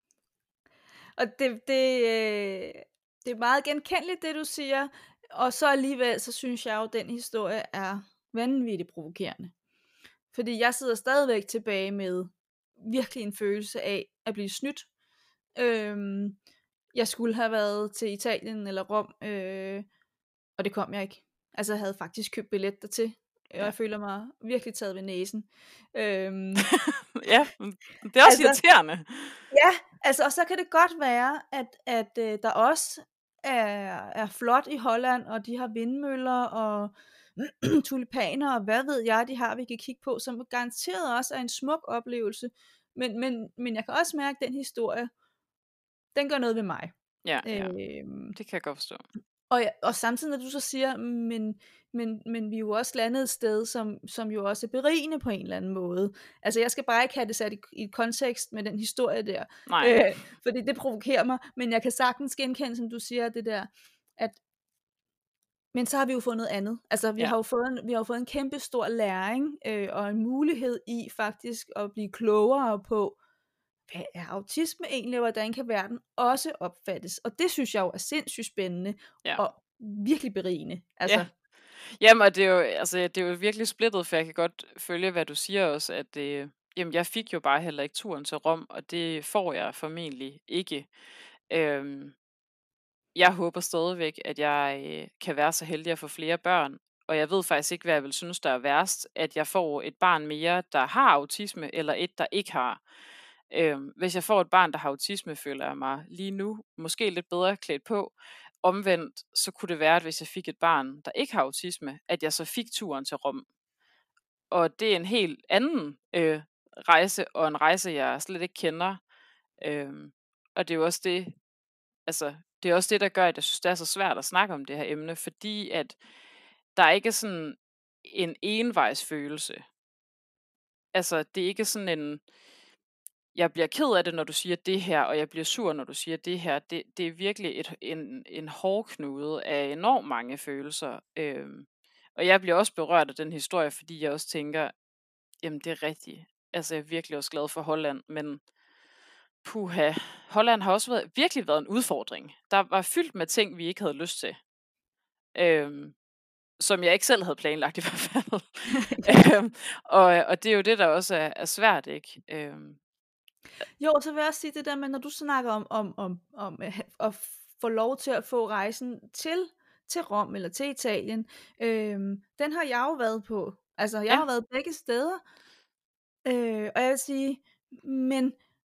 Og det, det, øh, det er meget genkendeligt, det du siger. Og så alligevel, så synes jeg jo, at den historie er vanvittigt provokerende. Fordi jeg sidder stadigvæk tilbage med virkelig en følelse af at blive snydt. Øhm, jeg skulle have været til Italien eller Rom, øh, og det kom jeg ikke. Altså jeg havde faktisk købt billet dertil, og Ja. jeg føler mig virkelig taget ved næsen. Øhm, Ja, men det er også Altså- irriterende. Ja, altså, og så kan det godt være, at, at øh, der også er, er flot i Holland, og de har vindmøller og tulipaner, og hvad ved jeg, de har, vi kan kigge på, som garanteret også er en smuk oplevelse. Men, men, men jeg kan også mærke, at den historie, den gør noget ved mig. Ja, ja, Øhm, det kan jeg godt forstå. og, ja- og samtidig, når du så siger, men, men, men vi er jo også landet et sted, som, som jo også er berigende på en eller anden måde. Altså, jeg skal bare ikke have det sat i, i et kontekst med den historie der, Nej, øh, fordi det provokerer mig, men jeg kan sagtens genkende, som du siger, det der, at men så har vi jo fået noget andet. Altså, vi, Ja. har, jo fået en, vi har jo fået en kæmpe stor læring, øh, og en mulighed i faktisk at blive klogere på, hvad er autisme egentlig, og hvordan kan verden også opfattes? Og det synes jeg jo er sindssygt spændende, Ja. og virkelig berigende. Altså, Ja. Jamen, og det er, jo, altså, det er jo virkelig splittet, for jeg kan godt følge, hvad du siger også, at øh, jamen, jeg fik jo bare heller ikke turen til Rom, og det får jeg formentlig ikke. Øhm, jeg håber stadigvæk, at jeg øh, kan være så heldig at få flere børn, og jeg ved faktisk ikke, hvad jeg vil synes, der er værst, at jeg får et barn mere, der har autisme, eller et, der ikke har. Øhm, hvis jeg får et barn, der har autisme, føler jeg mig lige nu måske lidt bedre klædt på. Omvendt, så kunne det være, at hvis jeg fik et barn, der ikke har autisme, at jeg så fik turen til Rom. Og det er en helt anden øh, rejse, og en rejse, jeg slet ikke kender. Øhm, og det er jo også det, altså, det er også det, der gør, at jeg synes, det er så svært at snakke om det her emne, fordi at der er ikke sådan en envejsfølelse. Altså, det er ikke sådan en, jeg bliver ked af det, når du siger det her, og jeg bliver sur, når du siger det her. Det, det er virkelig et, en, en hårdknude af enormt mange følelser. Øhm, og jeg bliver også berørt af den historie, fordi jeg også tænker, jamen det er rigtigt. Altså jeg er virkelig også glad for Holland, men puha, Holland har også været, virkelig været en udfordring. Der var fyldt med ting, vi ikke havde lyst til. Øhm, som jeg ikke selv havde planlagt i hvert fald. øhm, og, og det er jo det, der også er, er svært, ikke? Øhm, jo, og så vil jeg også sige det der med, når du snakker om, om, om, om at, ha- at få lov til at få rejsen til, til Rom eller til Italien, øhm, den har jeg jo været på. Altså, jeg Ja. har været begge steder. Øh, og jeg vil sige, men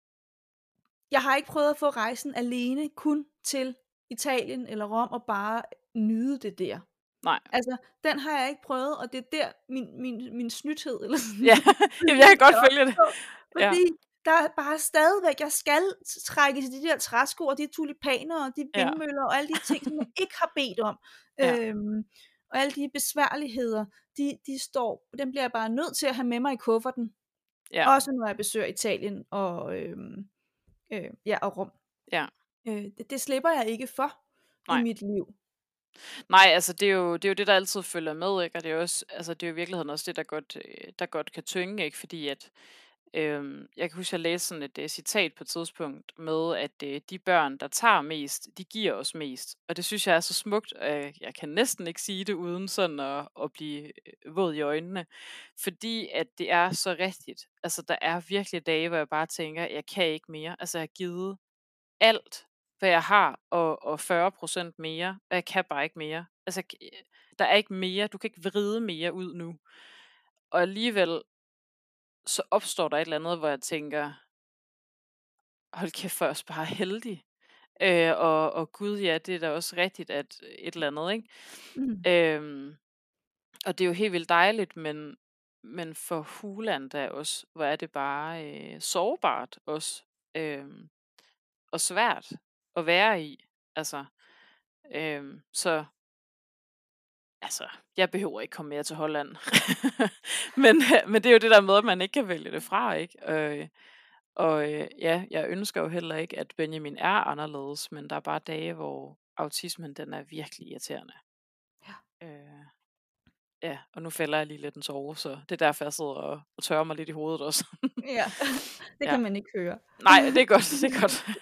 jeg har ikke prøvet at få rejsen alene kun til Italien eller Rom og bare nyde det der. nej. Altså, den har jeg ikke prøvet, og det er der min, min, min snythed, eller sådan. Ja, jamen, jeg kan godt følge det. Ja. Fordi der er bare stadigvæk, jeg skal trække til de der træsko, og de tulipaner, og de Ja. vindmøller, og alle de ting, som jeg ikke har bedt om. Ja. Øhm, og alle de besværligheder, de, de står, dem bliver jeg bare nødt til at have med mig i kufferten. Ja. Også når jeg besøger Italien og, øhm, øh, ja, og Rom. Ja. Øh, det, det slipper jeg ikke for. Nej. i mit liv. Nej, altså det er jo det, er jo det der altid følger med, ikke? Og det er jo også, altså det er jo i virkeligheden også det, der godt, øh, der godt kan tynge, ikke? Fordi at, øhm, jeg kan huske, jeg læste sådan et uh, citat på et tidspunkt med, at uh, de børn, der tager mest, de giver os mest. Og det synes jeg er så smukt, og jeg, jeg kan næsten ikke sige det uden sådan at, at blive øh, våd i øjnene. Fordi at det er så rigtigt. Altså der er virkelig dage, hvor jeg bare tænker, jeg kan ikke mere. Altså jeg har givet alt, hvad jeg har, og, og fyrre procent mere, og jeg kan bare ikke mere. Altså, der er ikke mere, du kan ikke vride mere ud nu. Og alligevel, så opstår der et eller andet, hvor jeg tænker, hold kæft, for jeg er også bare heldig. Øh, og, og gud, ja, det er da også rigtigt, at et eller andet, ikke? Mm. Øhm, og det er jo helt vildt dejligt, men, men for huland da også, hvor er det bare øh, sårbart også. Øh, og svært at være i. Altså, øhm, så altså, jeg behøver ikke komme mere til Holland. men, men det er jo det der med, at man ikke kan vælge det fra, ikke? Øh, og øh, ja, jeg ønsker jo heller ikke, at Benjamin er anderledes, men der er bare dage, hvor autismen, den er virkelig irriterende. Ja. Øh, ja, og nu falder jeg lige lidt en sove, så det er derfor, jeg sidder og, og tørrer mig lidt i hovedet også. Ja, det Ja. kan man ikke høre. Nej, det er godt, det er godt.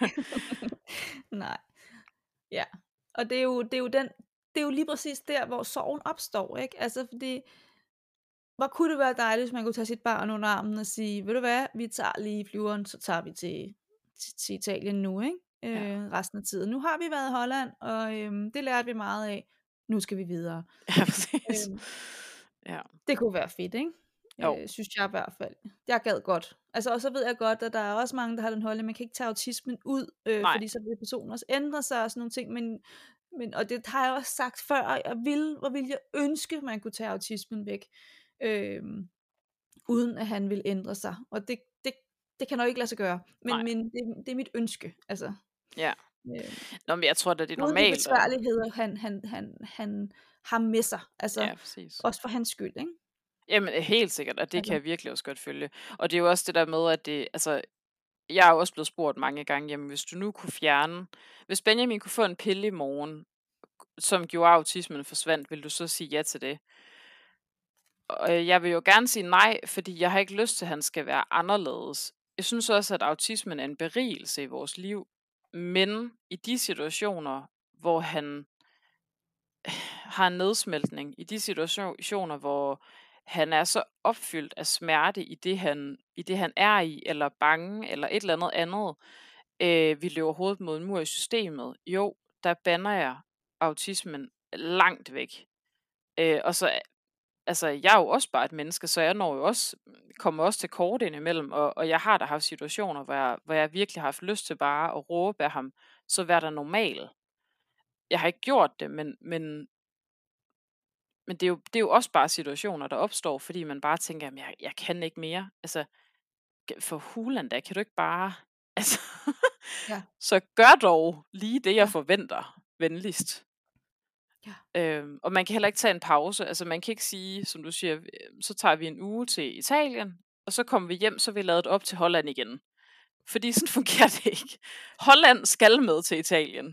Nej. Ja. Og det er jo, det er jo den, det er jo lige præcis der, hvor sorgen opstår, ikke? Altså, fordi, hvor kunne det være dejligt, hvis man kunne tage sit barn under armen og sige, ved du hvad, vi tager lige flyveren, så tager vi til, til, til Italien nu, ikke? Øh, Ja. resten af tiden. Nu har vi været i Holland, og øhm, det lærte vi meget af. Nu skal vi videre. Ja, præcis. Øhm, Ja. Det kunne være fedt, ikke? Jo. Øh, synes jeg i hvert fald. Jeg gad godt. Altså, og så ved jeg godt, at der er også mange, der har den holdning, man kan ikke tage autismen ud, øh, Nej. fordi så vil personen også ændre sig og sådan nogle ting, men, men og det har jeg også sagt før, jeg vil, hvor ville jeg ønske, man kunne tage autismen væk, øh, uden at han vil ændre sig, og det, det, det kan nok ikke lade sig gøre, men, Nej. men det, det er mit ønske, altså. Ja. Øh, Nå, men jeg tror da, det er uden de normalt. Og, besværligheder, han, han, han, han har med sig, altså, ja, præcis. også for hans skyld, ikke? Jamen, helt sikkert, og det Altså. kan jeg virkelig også godt følge. Og det er jo også det der med, at det, altså, jeg er jo også blevet spurgt mange gange, jamen hvis du nu kunne fjerne, hvis Benjamin kunne få en pille i morgen, som gjorde autismen forsvandt, vil du så sige ja til det? Og jeg vil jo gerne sige nej, fordi jeg har ikke lyst til, at han skal være anderledes. Jeg synes også, at autismen er en berigelse i vores liv, men i de situationer, hvor han har en nedsmeltning, i de situationer, hvor han er så opfyldt af smerte i det, han, i det, han er i, eller bange, eller et eller andet andet, øh, vi løber hovedet mod en mur i systemet, jo, der banner jeg autismen langt væk. Øh, og så, altså, jeg er jo også bare et menneske, så jeg når jo også, kommer også til kort indimellem, og, og jeg har da haft situationer, hvor jeg, hvor jeg virkelig har haft lyst til bare at råbe af ham, så vær der normal. Jeg har ikke gjort det, men, men Men det er, jo, det er jo også bare situationer, der opstår, fordi man bare tænker, jamen, jeg, jeg kan ikke mere. Altså, for hulen da, kan du ikke bare... Altså, Ja. så gør dog lige det, jeg Ja. forventer, venligst. Ja. Øhm, og man kan heller ikke tage en pause. Altså, man kan ikke sige, som du siger, så tager vi en uge til Italien, og så kommer vi hjem, så er vi lavet op til Holland igen. Fordi sådan fungerer det ikke. Holland skal med til Italien.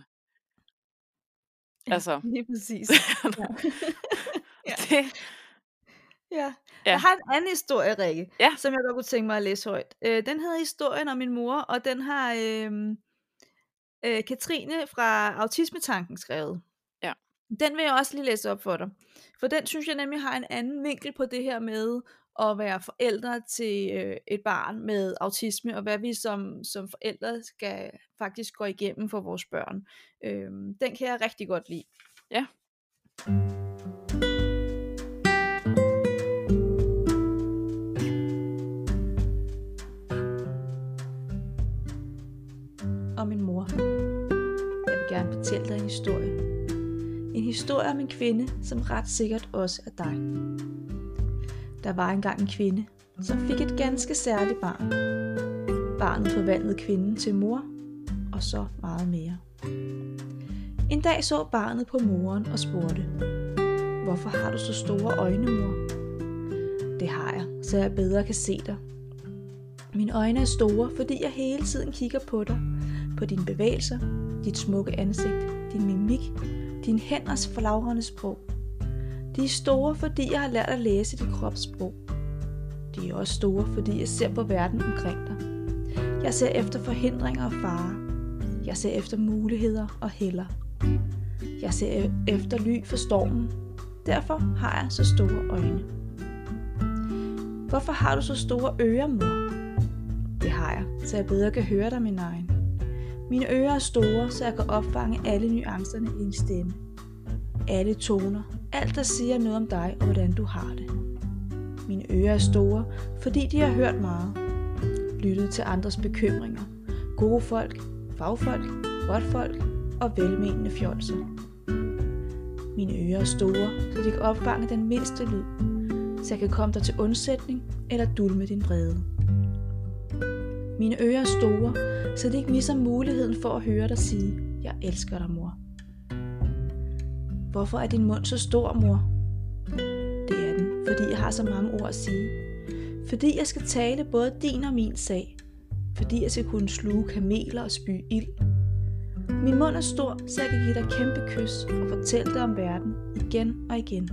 Ja, Altså. lige præcis. Ja. Ja. Det, Ja. Ja. Jeg har en anden historie, Rikke, Ja. som jeg godt kunne tænke mig at læse højt. Øh, den hedder Historien om min mor, og den har øh, øh, Katrine fra Autismetanken skrevet. Ja. Den vil jeg også lige læse op for dig. For den synes jeg nemlig har en anden vinkel på det her med at være forældre til øh, et barn med autisme, og hvad vi som, som forældre skal faktisk gå igennem for vores børn. Øh, den kan jeg rigtig godt lide. Ja. Og min mor. Jeg vil gerne fortælle dig en historie. En historie om en kvinde, som ret sikkert også er dig. Der var engang en kvinde, som fik et ganske særligt barn. Barnet forvandlede kvinden til mor, og så meget mere. En dag så barnet på moren og spurgte, hvorfor har du så store øjne, mor? Det har jeg, så jeg bedre kan se dig. Mine øjne er store, fordi jeg hele tiden kigger på dig, på dine bevægelser, dit smukke ansigt, din mimik, dine hænders flagrende sprog. De er store, fordi jeg har lært at læse dit kropssprog. De er også store, fordi jeg ser på verden omkring dig. Jeg ser efter forhindringer og farer. Jeg ser efter muligheder og hælder. Jeg ser efter ly for stormen. Derfor har jeg så store øjne. Hvorfor har du så store ører, mor? Det har jeg, så jeg bedre kan høre dig, min egen. Mine ører er store, så jeg kan opfange alle nuancerne i en stemme. Alle toner, alt der siger noget om dig og hvordan du har det. Mine ører er store, fordi de har hørt meget. Lyttet til andres bekymringer. Gode folk, fagfolk, godt folk og velmenende fjolser. Mine ører er store, så de kan opfange den mindste lyd, så jeg kan komme dig til undsætning eller dulme din vrede. Mine ører er store, så de ikke misser muligheden for at høre dig sige, jeg elsker dig, mor. Hvorfor er din mund så stor, mor? Det er den, fordi jeg har så mange ord at sige. Fordi jeg skal tale både din og min sag. Fordi jeg skal kunne sluge kameler og spy ild. Min mund er stor, så jeg kan give dig kæmpe kys og fortælle dig om verden igen og igen.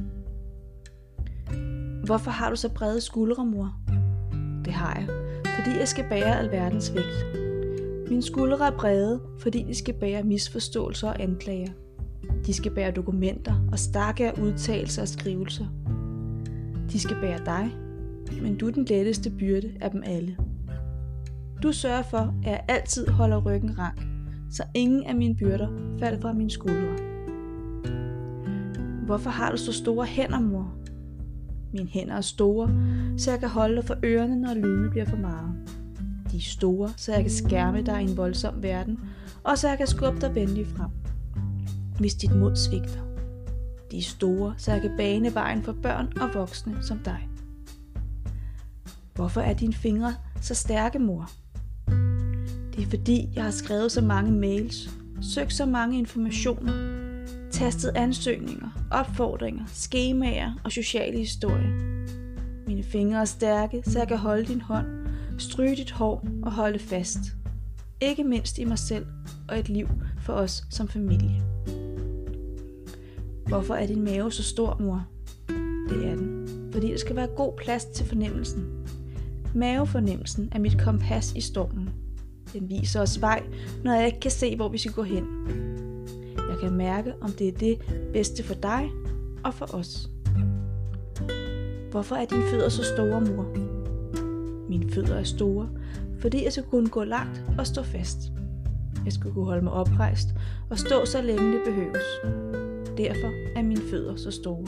Hvorfor har du så brede skuldre, mor? Det har jeg, fordi jeg skal bære alverdens vægt. Mine skuldre er brede, fordi de skal bære misforståelser og anklager. De skal bære dokumenter og stakke af udtalelser og skrivelser. De skal bære dig, men du er den letteste byrde af dem alle. Du sørger for, at jeg altid holder ryggen rank, så ingen af mine byrder falder fra mine skuldre. Hvorfor har du så store hænder, mor? Mine hænder er store, så jeg kan holde dig for ørerne, når lydene bliver for meget. De er store, så jeg kan skærme dig i en voldsom verden, og så jeg kan skubbe dig venligt frem, hvis dit mod svigter. De er store, så jeg kan bane vejen for børn og voksne som dig. Hvorfor er dine fingre så stærke, mor? Det er fordi, jeg har skrevet så mange mails, søgt så mange informationer, tastet ansøgninger, opfordringer, skemaer og sociale historier. Mine fingre er stærke, så jeg kan holde din hånd, stryge dit hår og holde fast. Ikke mindst i mig selv og et liv for os som familie. Hvorfor er din mave så stor, mor? Det er den, fordi der skal være god plads til fornemmelsen. Mavefornemmelsen er mit kompas i stormen. Den viser os vej, når jeg ikke kan se, hvor vi skal gå hen. Jeg kan mærke, om det er det bedste for dig og for os. Hvorfor er dine fødder så store, mor? Mine fødder er store, fordi jeg skal kunne gå langt og stå fast. Jeg skal kunne holde mig oprejst og stå så længe det behøves. Derfor er mine fødder så store.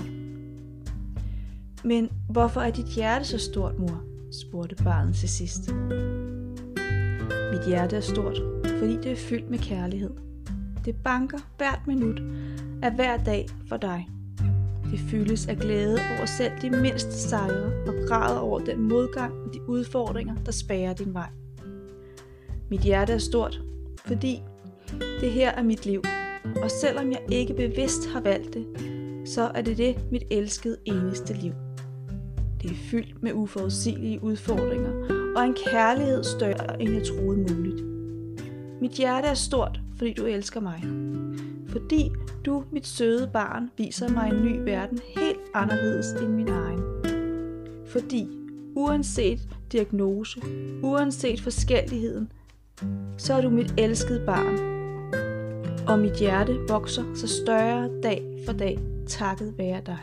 Men hvorfor er dit hjerte så stort, mor? Spurgte barnet til sidst. Mit hjerte er stort, fordi det er fyldt med kærlighed. Det banker hvert minut af hver dag for dig. Det fyldes af glæde over selv de mindste sejre og græder over den modgang og de udfordringer, der spærrer din vej. Mit hjerte er stort, fordi det her er mit liv. Og selvom jeg ikke bevidst har valgt det, så er det det mit elskede eneste liv. Det er fyldt med uforudsigelige udfordringer og en kærlighed større end jeg troede muligt. Mit hjerte er stort, fordi du elsker mig. Fordi du, mit søde barn, viser mig en ny verden helt anderledes end min egen. Fordi uanset diagnose, uanset forskelligheden, så er du mit elskede barn. Og mit hjerte vokser så større dag for dag, takket være dig.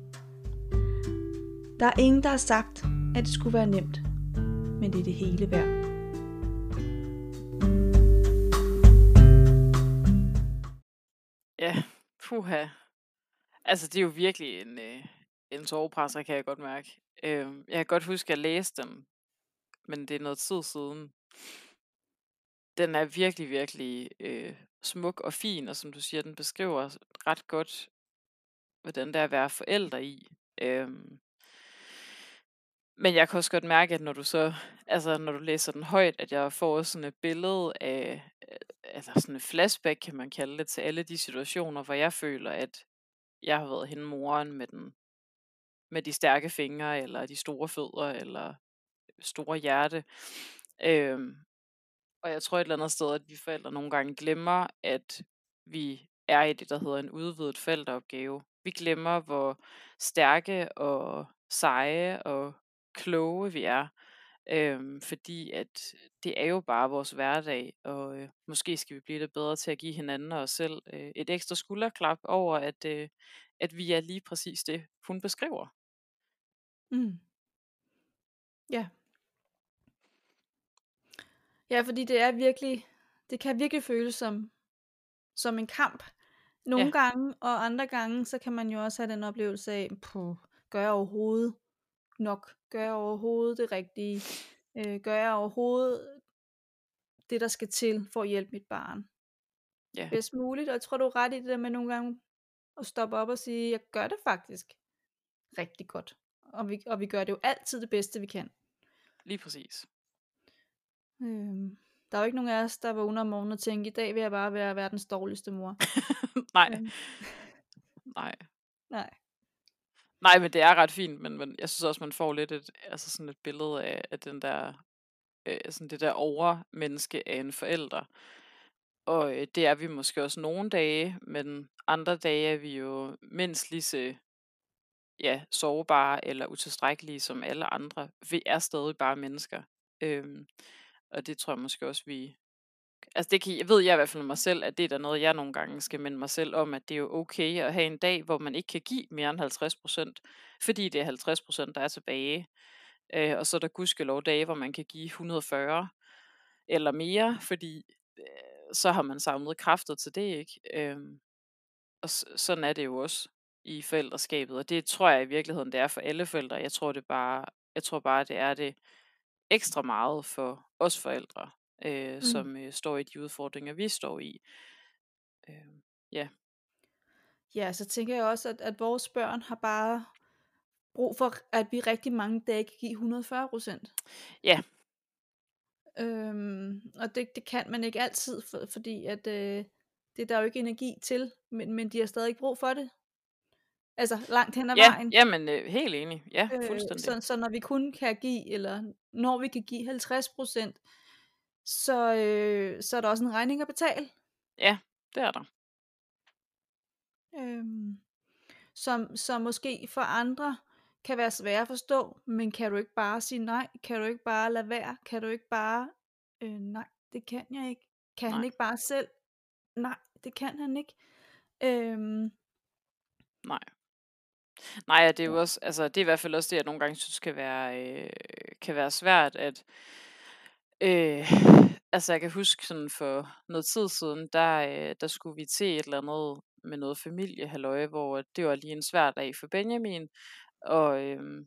Der er ingen, der har sagt, at det skulle være nemt, men det er det hele værd. Ja, puha. Altså, det er jo virkelig en, øh, en sovepresser, kan jeg godt mærke. Øh, jeg kan godt huske, at jeg læste dem, men det er noget tid siden. Den er virkelig, virkelig øh, smuk og fin, og som du siger, den beskriver ret godt, hvordan det er at være forældre i. Øhm, men jeg kan også godt mærke, at når du så, altså når du læser den højt, at jeg får sådan et billede af, altså sådan et flashback, kan man kalde det, til alle de situationer, hvor jeg føler, at jeg har været hende moren med den, med de stærke fingre, eller de store fødder, eller store hjerte. Øhm, Og jeg tror et eller andet sted, at vi forældre nogle gange glemmer, at vi er i det, der hedder en udvidet forældreopgave. Vi glemmer, hvor stærke og seje og kloge vi er, øhm, fordi at det er jo bare vores hverdag, og øh, måske skal vi blive lidt bedre til at give hinanden og os selv øh, et ekstra skulderklap over, at, øh, at vi er lige præcis det, hun beskriver. Mm. Ja. Ja, fordi det er virkelig, det kan virkelig føles som, som en kamp. Nogle Ja, gange, og andre gange, så kan man jo også have den oplevelse af, puh, gør jeg overhovedet nok? Gør jeg overhovedet det rigtige? Øh, gør jeg overhovedet det, der skal til for at hjælpe mit barn ja, bedst muligt? Og jeg tror, du er ret i det der med nogle gange at stoppe op og sige, jeg gør det faktisk rigtig godt. Og vi, og vi gør det jo altid det bedste, vi kan. lige præcis. Øhm, der er jo ikke nogen af os, der vågner om morgenen og tænker, i dag vil jeg bare være verdens dårligste mor. Nej, Øhm, nej. nej. Nej, men det er ret fint, men, men jeg synes også, man får lidt et, altså sådan et billede af, af den der, øh, sådan det der overmenneske af en forælder. Og øh, det er vi måske også nogle dage, men andre dage er vi jo mindst lige så ja, sårbare eller utilstrækkelige som alle andre. Vi er stadig bare mennesker. Øhm, og det tror jeg måske også, vi... Altså det kan, jeg ved jeg i hvert fald mig selv, at det er der noget, jeg nogle gange skal minde mig selv om, at det er jo okay at have en dag, hvor man ikke kan give mere end halvtreds procent, fordi det er halvtreds procent, der er tilbage. Øh, og så er der gudskelov dage, hvor man kan give et hundrede og fyrre eller mere, fordi øh, så har man samlet kræfter til det, ikke? Øhm, og s- sådan er det jo også i forældreskabet, og det tror jeg i virkeligheden, det er for alle forældre. Jeg tror det bare, jeg tror bare, det er det ekstra meget for os forældre, øh, Mm. som øh, står i de udfordringer, vi står i. Øh, ja, Ja, så tænker jeg også, at, at vores børn har bare brug for, at vi rigtig mange dage kan give et hundrede og fyrre procent. ja, Øhm, og det, det kan man ikke altid, for, fordi at, øh, det er der jo ikke energi til, men, men de har stadig brug for det. Altså langt hen ad ja, vejen. jamen øh, helt enig. Ja, Øh, fuldstændig. så, så når vi kun kan give, eller når vi kan give halvtreds procent, så, øh, så er der også en regning at betale. Ja, det er der. Øhm, som, som måske for andre kan være svære at forstå, men kan du ikke bare sige nej? Kan du ikke bare lade være? Kan du ikke bare, øh, nej, det kan jeg ikke. Kan Nej. han ikke bare selv? Nej, det kan han ikke. Øhm, Nej. Nej, og det er jo også, altså det er i hvert fald også det, jeg nogle gange synes kan være, øh, kan være svært, at øh, altså jeg kan huske sådan for noget tid siden, der, øh, der skulle vi til et eller andet med noget familiehalløje, hvor det var lige en svær dag for Benjamin, og øh,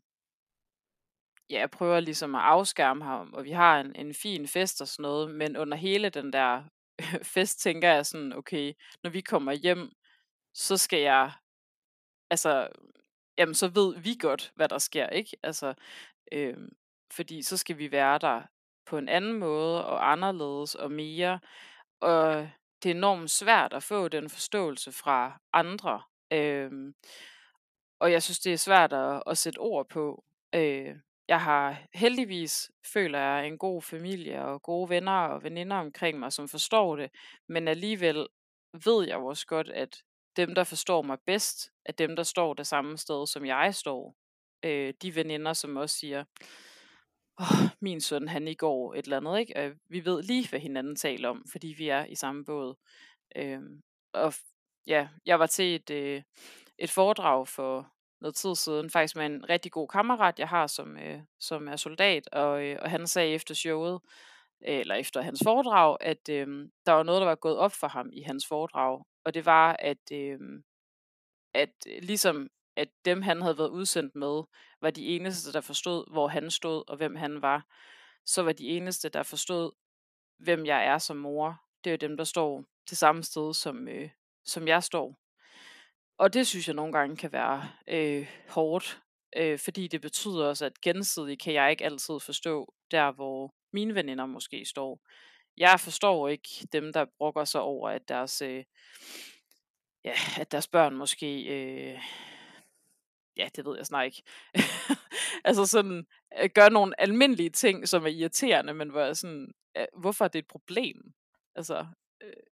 ja, jeg prøver ligesom at afskærme ham, og vi har en, en fin fest og sådan noget, men under hele den der fest tænker jeg sådan, okay, når vi kommer hjem, så skal jeg, altså, jamen så ved vi godt, hvad der sker, ikke? Altså, øhm, fordi så skal vi være der på en anden måde og anderledes og mere, og det er enormt svært at få den forståelse fra andre, øhm, og jeg synes, det er svært at, at sætte ord på. Øh, jeg har heldigvis, føler jeg, en god familie og gode venner og veninder omkring mig, som forstår det, men alligevel ved jeg jo også godt, at dem, der forstår mig bedst, er dem, der står det samme sted, som jeg står. Øh, de veninder, som også siger, åh, min søn, han i går et eller andet, ikke? Øh, vi ved lige, hvad hinanden taler om, fordi vi er i samme båd. Øh, og f- ja, jeg var til et, øh, et foredrag for noget tid siden, faktisk med en rigtig god kammerat, jeg har, som, øh, som er soldat, og, øh, og han sagde efter showet, øh, eller efter hans foredrag, at øh, der var noget, der var gået op for ham i hans foredrag, og det var, at, øh, at øh, ligesom at dem, han havde været udsendt med, var de eneste, der forstod, hvor han stod, og hvem han var. Så var de eneste, der forstod, hvem jeg er som mor. Det er jo dem, der står det samme sted, som, øh, som jeg står. Og det synes jeg nogle gange kan være øh, hårdt, øh, fordi det betyder også, at gensidigt kan jeg ikke altid forstå der, hvor mine veninder måske står. Jeg forstår ikke dem, der brokker sig over, at deres, øh, ja, at deres børn måske, øh, ja, det ved jeg snart ikke, altså sådan, øh, gør nogle almindelige ting, som er irriterende, men hvor jeg sådan, øh, hvorfor er det et problem? Altså, øh,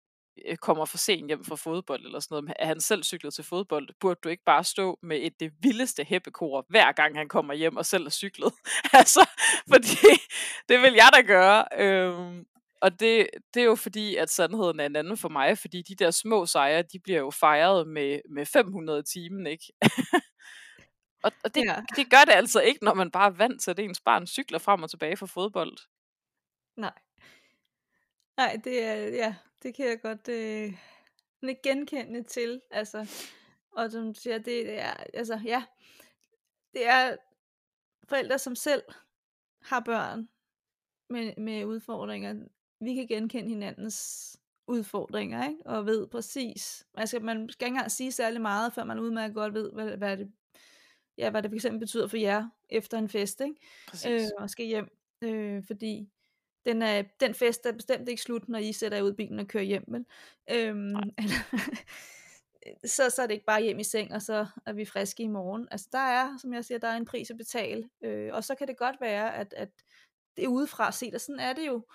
øh, kommer for sent hjem fra fodbold eller sådan noget, men er han selv cyklet til fodbold, burde du ikke bare stå med et det vildeste heppekor, hver gang han kommer hjem og selv er cyklet? Altså, fordi det vil jeg da gøre. Øhm, og det, det er jo fordi, at sandheden er en anden for mig, fordi de der små sejre, de bliver jo fejret med, med fem hundrede timen, ikke? og og det, Ja. det gør det altså ikke, når man bare er vant til, at ens barn cykler frem og tilbage fra fodbold. Nej. Nej, det er, ja, det kan jeg godt øh, ikke genkende til, altså, og som du siger, det er, altså, ja, det er forældre, som selv har børn med, med udfordringer. Vi kan genkende hinandens udfordringer, ikke? Og ved præcis, altså, man skal ikke engang sige særlig meget, før man udmærket godt ved, hvad, hvad det, ja, hvad det for eksempel betyder for jer efter en fest, ikke? Præcis. Øh, og skal hjem, øh, fordi den, er, den fest er bestemt ikke slut, når I sætter jer ud i bilen og kører hjem, vel? Øhm, så, så er det ikke bare hjem i seng, og så er vi friske i morgen. Altså der er, som jeg siger, der er en pris at betale, øh, og så kan det godt være, at, at det er udefra set, og sådan er det jo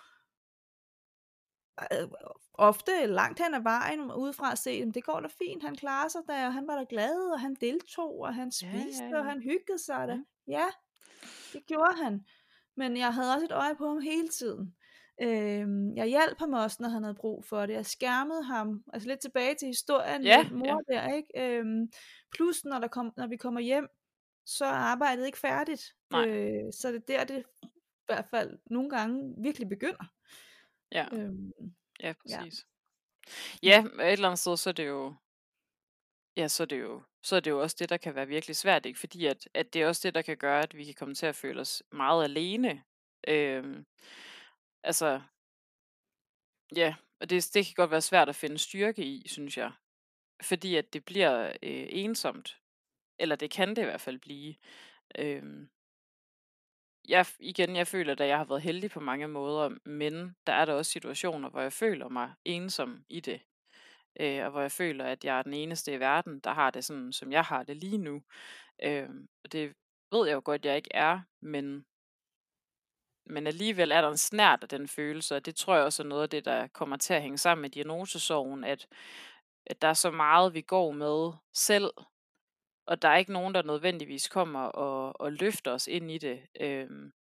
øh, ofte langt hen ad vejen udefra set, men det går da fint, han klarer sig der, og han var da glad, og han deltog, og han Ja, spiste, ja, ja. og han hyggede sig da. Ja. Ja, det gjorde han. Men jeg havde også et øje på ham hele tiden. Øhm, jeg hjalp ham også, når han havde brug for det. Jeg skærmede ham. Altså lidt tilbage til historien Ja, med mor ja. der, ikke? Øhm, plus når, der kom, når vi kommer hjem, så er arbejdet ikke færdigt. Nej. Øh, så det er der, det i hvert fald nogle gange virkelig begynder. Ja, Øhm, ja, ja. præcis. Ja, et eller andet sted, så er det jo, ja, så er det jo, så er det jo også det, der kan være virkelig svært, ikke? Fordi at, at det er også det, der kan gøre, at vi kan komme til at føle os meget alene. Øhm, altså, ja, og det, det kan godt være svært at finde styrke i, synes jeg. Fordi at det bliver øh, ensomt. Eller det kan det i hvert fald blive. Øhm, jeg, igen, jeg føler, at jeg har været heldig på mange måder, men der er der også situationer, hvor jeg føler mig ensom i det. Øh, og hvor jeg føler, at jeg er den eneste i verden, der har det sådan, som jeg har det lige nu. Øh, og det ved jeg jo godt, jeg ikke er, men, men alligevel er der en snert af den følelse, og det tror jeg også er noget af det, der kommer til at hænge sammen med diagnosesorgen, at, at der er så meget, vi går med selv, og der er ikke nogen, der nødvendigvis kommer og, og løfter os ind i det. Øh,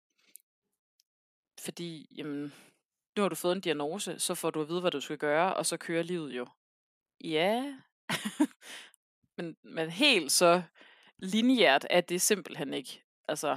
fordi, jamen, nu har du fået en diagnose, så får du at vide, hvad du skal gøre, og så kører livet jo. Ja, men, men helt så lineært er det simpelthen ikke. Altså,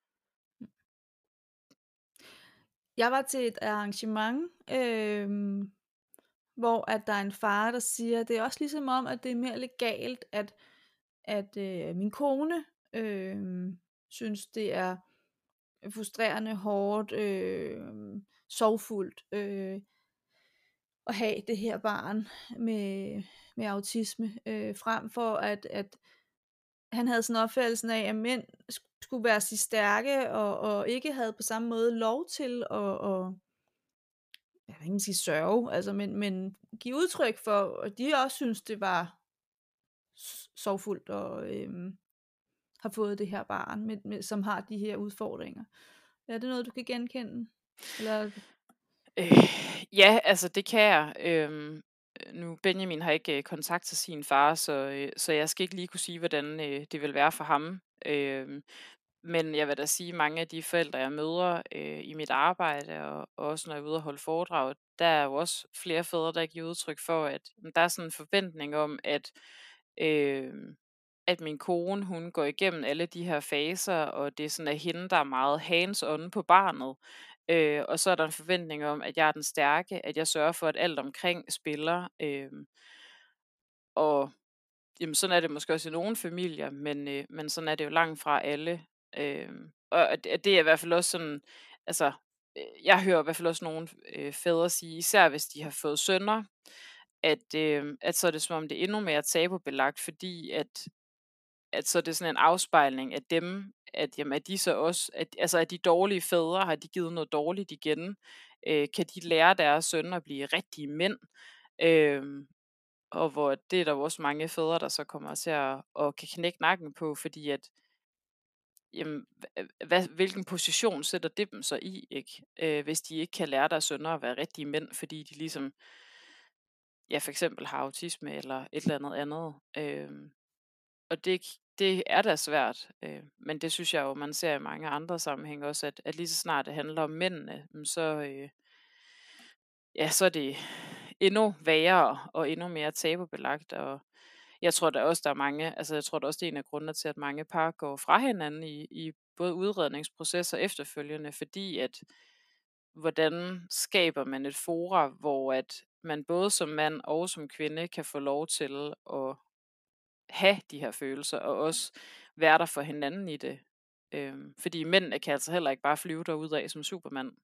Jeg var til et arrangement, øh, hvor at der er en far, der siger, at det er også ligesom om, at det er mere legalt, at, at øh, min kone øh, synes, det er frustrerende, hårdt, øh, sorgfuldt øh, at have det her barn med, med autisme, øh, frem for at, at han havde sådan opfattelsen af, at mænd sk- skulle være så stærke, og, og ikke havde på samme måde lov til at, og, jeg vil ikke sige sørge, altså, men, men give udtryk for, at de også synes, det var s- sorgfuldt og øhm, har fået det her barn, med, med, som har de her udfordringer. Er det noget, du kan genkende? Eller? øh, ja, altså det kan jeg. Øhm, nu Benjamin har ikke øh, kontakt til sin far, så, øh, så jeg skal ikke lige kunne sige, hvordan øh, det vil være for ham. Øhm, men jeg vil da sige, at mange af de forældre, jeg møder øh, i mit arbejde, og, og også når jeg er ude og holde foredrag, der er jo også flere fædre, der giver udtryk for, at der er sådan en forventning om, at øh, at min kone, hun går igennem alle de her faser, og det er sådan, at hende, der er meget hands-on på barnet. Øh, og så er der en forventning om, at jeg er den stærke, at jeg sørger for, at alt omkring spiller. Øh, og jamen, sådan er det måske også i nogle familier, men, øh, men sådan er det jo langt fra alle. Øh, og at, at det er i hvert fald også sådan, altså, øh, jeg hører i hvert fald også nogle øh, fædre sige, især hvis de har fået sønner, at, øh, at så er det som om, det er endnu mere tabubelagt, fordi at at så er det sådan en afspejling af dem, at jamen, er de så også, at, altså er de dårlige fædre, har de givet noget dårligt igen? Øh, kan de lære deres sønner at blive rigtige mænd? Øh, og hvor det er der jo også mange fædre, der så kommer til at, og kan knække nakken på, fordi at, jamen, hvad, hvilken position sætter det dem så i, ikke? Øh, hvis de ikke kan lære deres sønner at være rigtige mænd, fordi de ligesom, ja, for eksempel har autisme eller et eller andet andet. Øhm, og det, det er da svært, øh, men det synes jeg jo, man ser i mange andre sammenhænge også, at, at lige så snart det handler om mændene, mm, så, øh, ja, så er det endnu værre og endnu mere tabubelagt. Og jeg tror da også, der er mange, altså jeg tror da også, det er en af grundene til, at mange par går fra hinanden i, i både udredningsprocesser efterfølgende, fordi at hvordan skaber man et fora, hvor at man både som mand og som kvinde kan få lov til at have de her følelser, og også være der for hinanden i det. Øhm, fordi mændene kan altså heller ikke bare flyve derudad som Superman.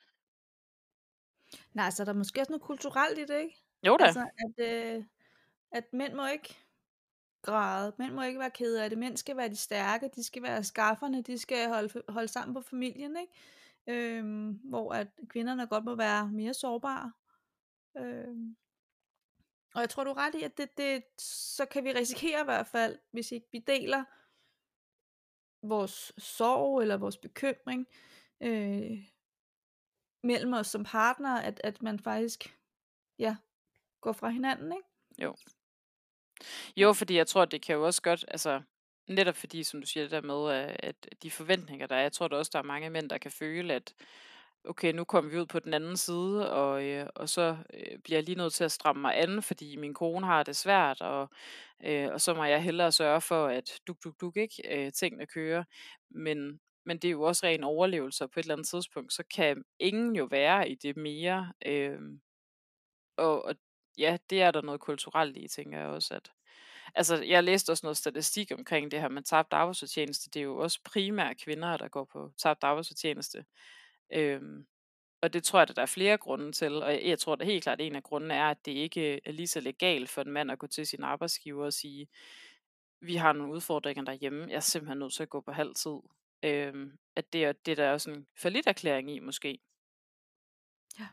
Nej, så er der måske også noget kulturelt i det, ikke? Jo da, Altså, at, øh, at mænd må ikke græde, mænd må ikke være kede af det, mænd skal være de stærke, de skal være skafferne, de skal holde, holde sammen på familien, ikke? Øhm, hvor at kvinderne godt må være mere sårbare. Øhm, og jeg tror, du er ret i, at det, det, så kan vi risikere i hvert fald, hvis ikke vi deler vores sorg eller vores bekymring øh, mellem os som partnere, at, at man faktisk ja, går fra hinanden, ikke? jo. Jo, fordi jeg tror, det kan jo også godt, altså netop fordi, som du siger, det der med, at at de forventninger, der er, jeg tror da også, der er mange mænd, der kan føle, at okay, nu kommer vi ud på den anden side, og, øh, og så øh, bliver jeg lige nødt til at stramme mig an, fordi min kone har det svært, og, øh, og så må jeg hellere sørge for, at duk, duk, duk, ikke, øh, tingene kører. Men, men det er jo også ren overlevelse, og på et eller andet tidspunkt, så kan ingen jo være i det mere. Øh, og, og ja, det er der noget kulturelt i, tænker jeg også, at altså, jeg læste også noget statistik omkring det her med tabt arbejdsfortjeneste. Det er jo også primært kvinder, der går på tabt arbejdsfortjeneste. Øhm, og det tror jeg, at der er flere grunde til. Og jeg, jeg tror da helt klart, at en af grundene er, at det ikke er lige så legalt for en mand at gå til sin arbejdsgiver og sige, vi har nogle udfordringer derhjemme, jeg er simpelthen nødt til at gå på halv tid. Øhm, at det er, det er der også en falliterklæring i, måske. Ja.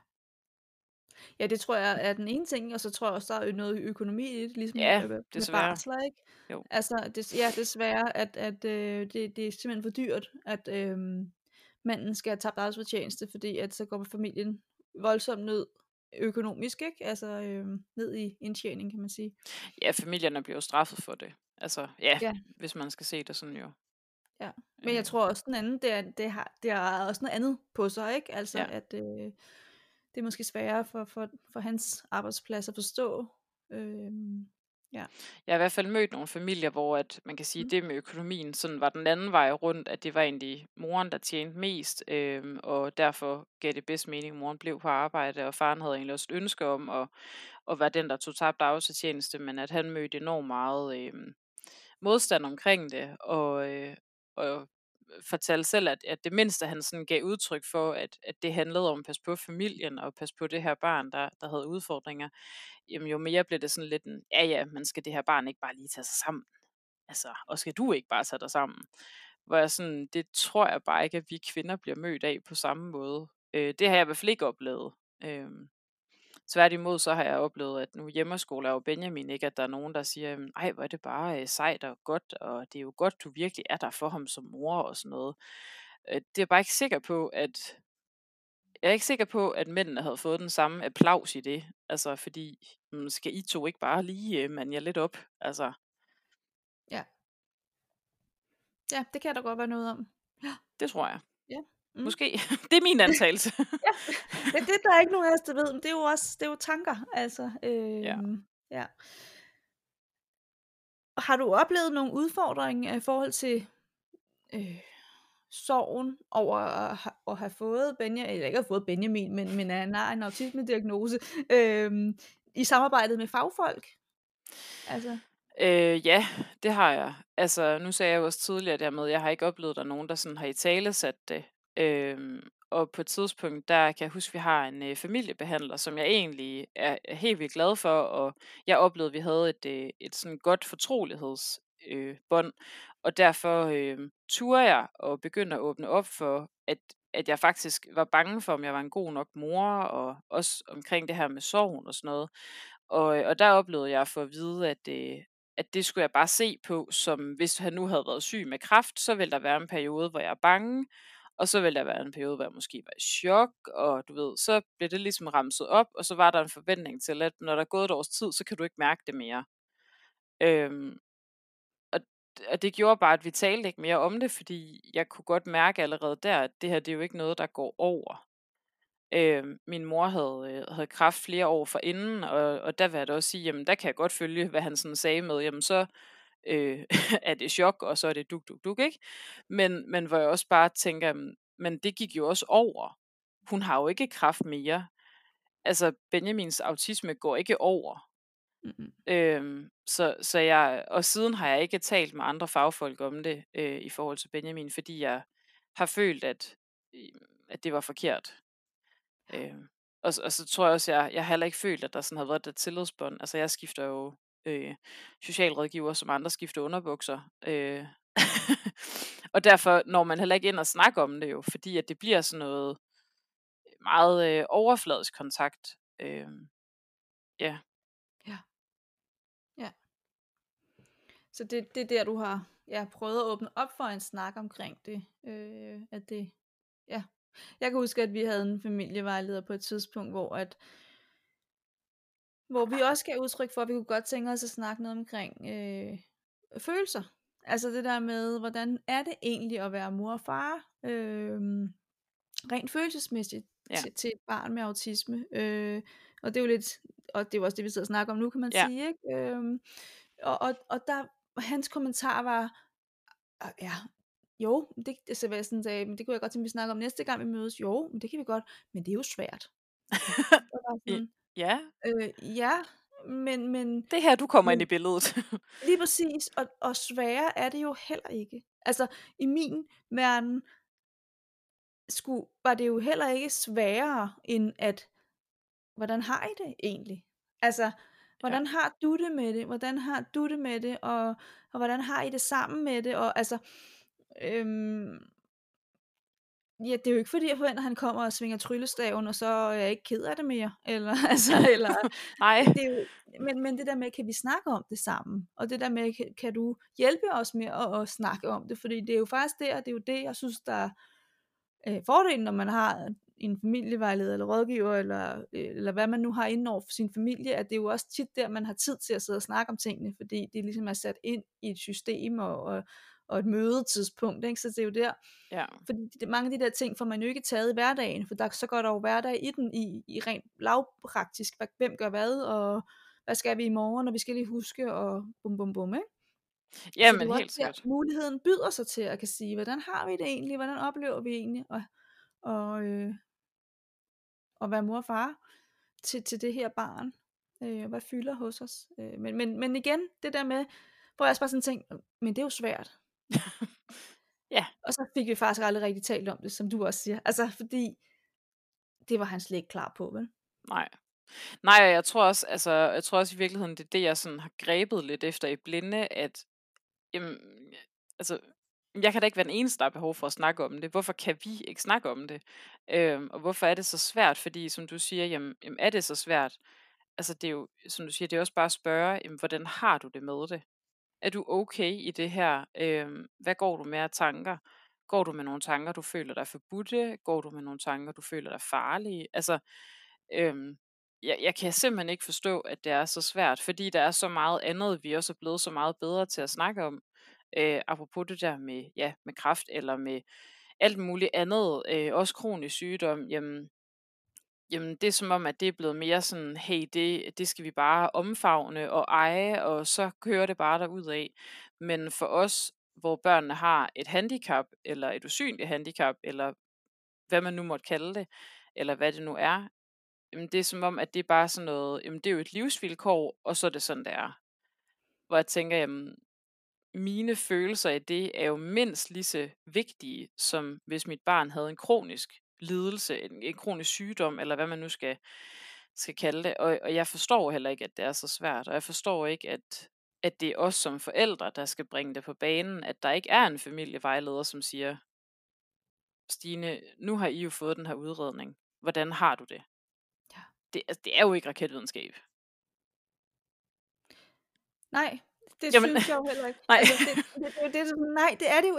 Ja, det tror jeg er den ene ting, og så tror jeg også, der er noget økonomi i det, ligesom Ja, øh, med desværre. barsler, ikke? Jo. Altså, det, ja, desværre, at, at øh, det, det er simpelthen for dyrt, at øh, manden skal have tabt arbejdsfortjeneste, fordi at så går familien voldsomt ned økonomisk, ikke? Altså øh, ned i indtjening, kan man sige. Ja, familierne bliver jo straffet for det. Altså, ja, Ja. hvis man skal se det sådan jo. Ja, men jeg tror også den anden, det, er, det, har, det har også noget andet på sig, ikke? Altså Ja. at øh, det er måske sværere for, for, for hans arbejdsplads at forstå. Øhm, ja. Jeg har i hvert fald mødt nogle familier, hvor at man kan sige, Mm. det med økonomien sådan var den anden vej rundt, at det var egentlig moren, der tjente mest, øhm, og derfor gav det bedst mening, at moren blev på arbejde, og faren havde egentlig også et ønske om at, at være den, der tog tabt arbejdsfortjeneste, men at han mødte enormt meget øhm, modstand omkring det, og, øh, og fortalte selv, at, at det mindste han sådan gav udtryk for, at, at det handlede om at passe på familien og passe på det her barn, der, der havde udfordringer, jamen jo mere blev det sådan lidt en, ja ja, men skal det her barn ikke bare lige tage sig sammen? Altså, og skal du ikke bare tage dig sammen? Hvor jeg sådan, det tror jeg bare ikke, at vi kvinder bliver mødt af på samme måde. Øh, det har jeg i hvert fald ikke oplevet. Øh, tværtimod så har jeg oplevet, at nu hjemmeskoler jo Benjamin ikke, at der er nogen, der siger, "Jamen, ej, hvor er det bare øh, sejt og godt, og det er jo godt, du virkelig er der for ham som mor og sådan noget." Øh, det er jeg bare ikke sikker på, at jeg er ikke sikker på, at mændene havde fået den samme applaus i det. Altså, fordi mm, skal I to ikke bare lige øh, mande jer lidt op? Altså, Ja. Ja, det kan der godt være noget om. Ja. det tror jeg. Ja. Mm. Måske. Det er min antagelse. Ja, det, det der er ikke nogen af os, der ved, men det er jo også det er jo tanker, altså. Øh, Ja. ja. Har du oplevet nogle udfordringer i forhold til øh, sorgen over at, ha- at have fået Benjamin, eller ikke at have fået Benjamin, men, men at han har en autisme-diagnose, øh, i samarbejdet med fagfolk? Altså, Øh, ja, det har jeg. Altså, nu sagde jeg jo også tidligere dermed, jeg har ikke oplevet, at der er nogen, der sådan har italesat det. Øhm, og på et tidspunkt, der kan jeg huske, at vi har en øh, familiebehandler, som jeg egentlig er, er helt vildt glad for, og jeg oplevede, at vi havde et, øh, et sådan godt fortroligheds øh, bånd, og derfor øh, turde jeg og begyndte at åbne op for, at, at jeg faktisk var bange for, om jeg var en god nok mor, og også omkring det her med sorgen og sådan noget. Og, og der oplevede jeg at få at vide, at, øh, at det skulle jeg bare se på, som hvis han nu havde været syg med kræft, så ville der være en periode, hvor jeg er bange, Og så ville der være en periode, hvor jeg måske var i chok, og du ved, så blev det ligesom ramset op, og så var der en forventning til, at når der er gået et års tid, så kan du ikke mærke det mere. Øhm, og, og det gjorde bare, at vi talte ikke mere om det, fordi jeg kunne godt mærke allerede der, at det her, det er jo ikke noget, der går over. Øhm, min mor havde, øh, havde kræft flere år forinden, og, og der vil jeg da også sige, jamen der kan jeg godt følge, hvad han sådan sagde med, jamen så øh, er det chok, og så er det duk, duk, duk, ikke? Men, men hvor jeg også bare tænker, jamen, men det gik jo også over. Hun har jo ikke kræft mere. Altså, Benjamins autisme går ikke over. Mm-hmm. Øhm, så, så jeg, og siden har jeg ikke talt med andre fagfolk om det, øh, i forhold til Benjamin, fordi jeg har følt, at, øh, at det var forkert. Øhm, og, og så tror jeg også, jeg, jeg har heller ikke følt, at der sådan har været et tillidsbånd. Altså, jeg skifter jo øh, socialrådgiver, som andre skifter underbukser. Øh, og derfor når man heller ikke ind og snakke om det jo, fordi at det bliver sådan noget meget øh, overfladisk kontakt. Øh, ja. Ja. Ja. Så det, det er der, du har ja, prøvet at åbne op for en snak omkring det. Øh, at det ja. Jeg kan huske, at vi havde en familievejleder på et tidspunkt, hvor at hvor vi også gav udtryk for, at vi kunne godt tænke os at snakke noget omkring øh, følelser. Altså det der med, hvordan er det egentlig at være mor og far, øh, rent følelsesmæssigt Ja. til, til et barn med autisme. Øh, og det er jo lidt, og det er jo også det, vi sidder og snakker om nu, kan man Ja. sige, ikke? Øh, og, og, og der, hans kommentar var, øh, ja, jo, det, det Sebastian sagde, men det kunne jeg godt tænke, vi snakker om næste gang vi mødes. Jo, men det kan vi godt, men det er jo svært. sådan, ja. Øh, ja, men, men Det her, du kommer men, ind i billedet. lige præcis, og, og svære er det jo heller ikke. Altså, i min verden skulle, var det jo heller ikke sværere, end at, hvordan har I det egentlig? Altså, hvordan ja. har du det med det? Hvordan har du det med det? Og, og hvordan har I det sammen med det? Og altså, øhm, ja, det er jo ikke fordi, jeg forventer, at han kommer og svinger tryllestaven, og så er jeg ikke ked af det mere. Eller, altså, eller, Nej. det er jo, men, men det der med, kan vi snakke om det sammen? Og det der med, kan, kan du hjælpe os med at, at snakke om det? Fordi det er jo faktisk det, og det er jo det, jeg synes, der er øh, fordelen, når man har en familievejleder eller rådgiver, eller, øh, eller hvad man nu har inden over for sin familie, at det er jo også tit der, man har tid til at sidde og snakke om tingene, fordi det ligesom er sat ind i et system, og, og og et mødetidspunkt, ikke? Så det er jo der, ja. fordi det, mange af de der ting får man jo ikke taget i hverdagen, for der, så går der jo hverdag i den, i, i rent lavpraktisk, hvem gør hvad, og hvad skal vi i morgen, og vi skal lige huske, og bum bum bum, ikke? Ja, så men det er helt sikkert. Der, muligheden byder sig til at kan sige, hvordan har vi det egentlig, hvordan oplever vi egentlig, og, og, øh, og være mor og far til, til det her barn, øh, hvad fylder hos os, øh, men, men, men igen, det der med, hvor jeg også bare sådan tænkte, men det er jo svært. Ja. Og så fik vi faktisk aldrig rigtig talt om det, som du også siger. Altså, fordi det var han slet ikke klar på, vel? Nej. Nej, jeg tror også, altså, jeg tror også i virkeligheden, det er det, jeg sådan har grebet lidt efter i blinde, at, jamen, altså, jeg kan da ikke være den eneste, der har behov for at snakke om det. Hvorfor kan vi ikke snakke om det? Øhm, og hvorfor er det så svært? Fordi, som du siger, jamen, jamen, er det så svært? Altså, det er jo, som du siger, det er også bare at spørge, jamen, hvordan har du det med det? Er du okay i det her? Øhm, hvad går du med af tanker? Går du med nogle tanker, du føler dig forbudte? Går du med nogle tanker, du føler dig farlige? Altså, øhm, jeg, jeg kan simpelthen ikke forstå, at det er så svært, fordi der er så meget andet, vi også er blevet så meget bedre til at snakke om. Øh, apropos det der med, ja, med kræft, eller med alt muligt andet, øh, også kronisk sygdom, jamen, jamen det er som om, at det er blevet mere sådan, hey, det, det skal vi bare omfavne og eje, og så kører det bare derudad. Men for os, hvor børnene har et handicap, eller et usynligt handicap, eller hvad man nu måtte kalde det, eller hvad det nu er, jamen det er som om, at det er bare sådan noget, jamen det er jo et livsvilkår, og så er det sådan, det er. Hvor jeg tænker, jamen, mine følelser i det er jo mindst lige så vigtige, som hvis mit barn havde en kronisk lidelse, en, en kronisk sygdom, eller hvad man nu skal, skal kalde det. Og, og jeg forstår heller ikke, at det er så svært, og jeg forstår ikke, at, at det er os som forældre, der skal bringe det på banen, at der ikke er en familievejleder, som siger, Stine, nu har I jo fået den her udredning. Hvordan har du det? Ja. Det, altså, det er jo ikke raketvidenskab. Nej, det Jamen, synes jeg jo heller ikke. Nej. Altså, det, det, det, det, det, nej, det er det jo ikke.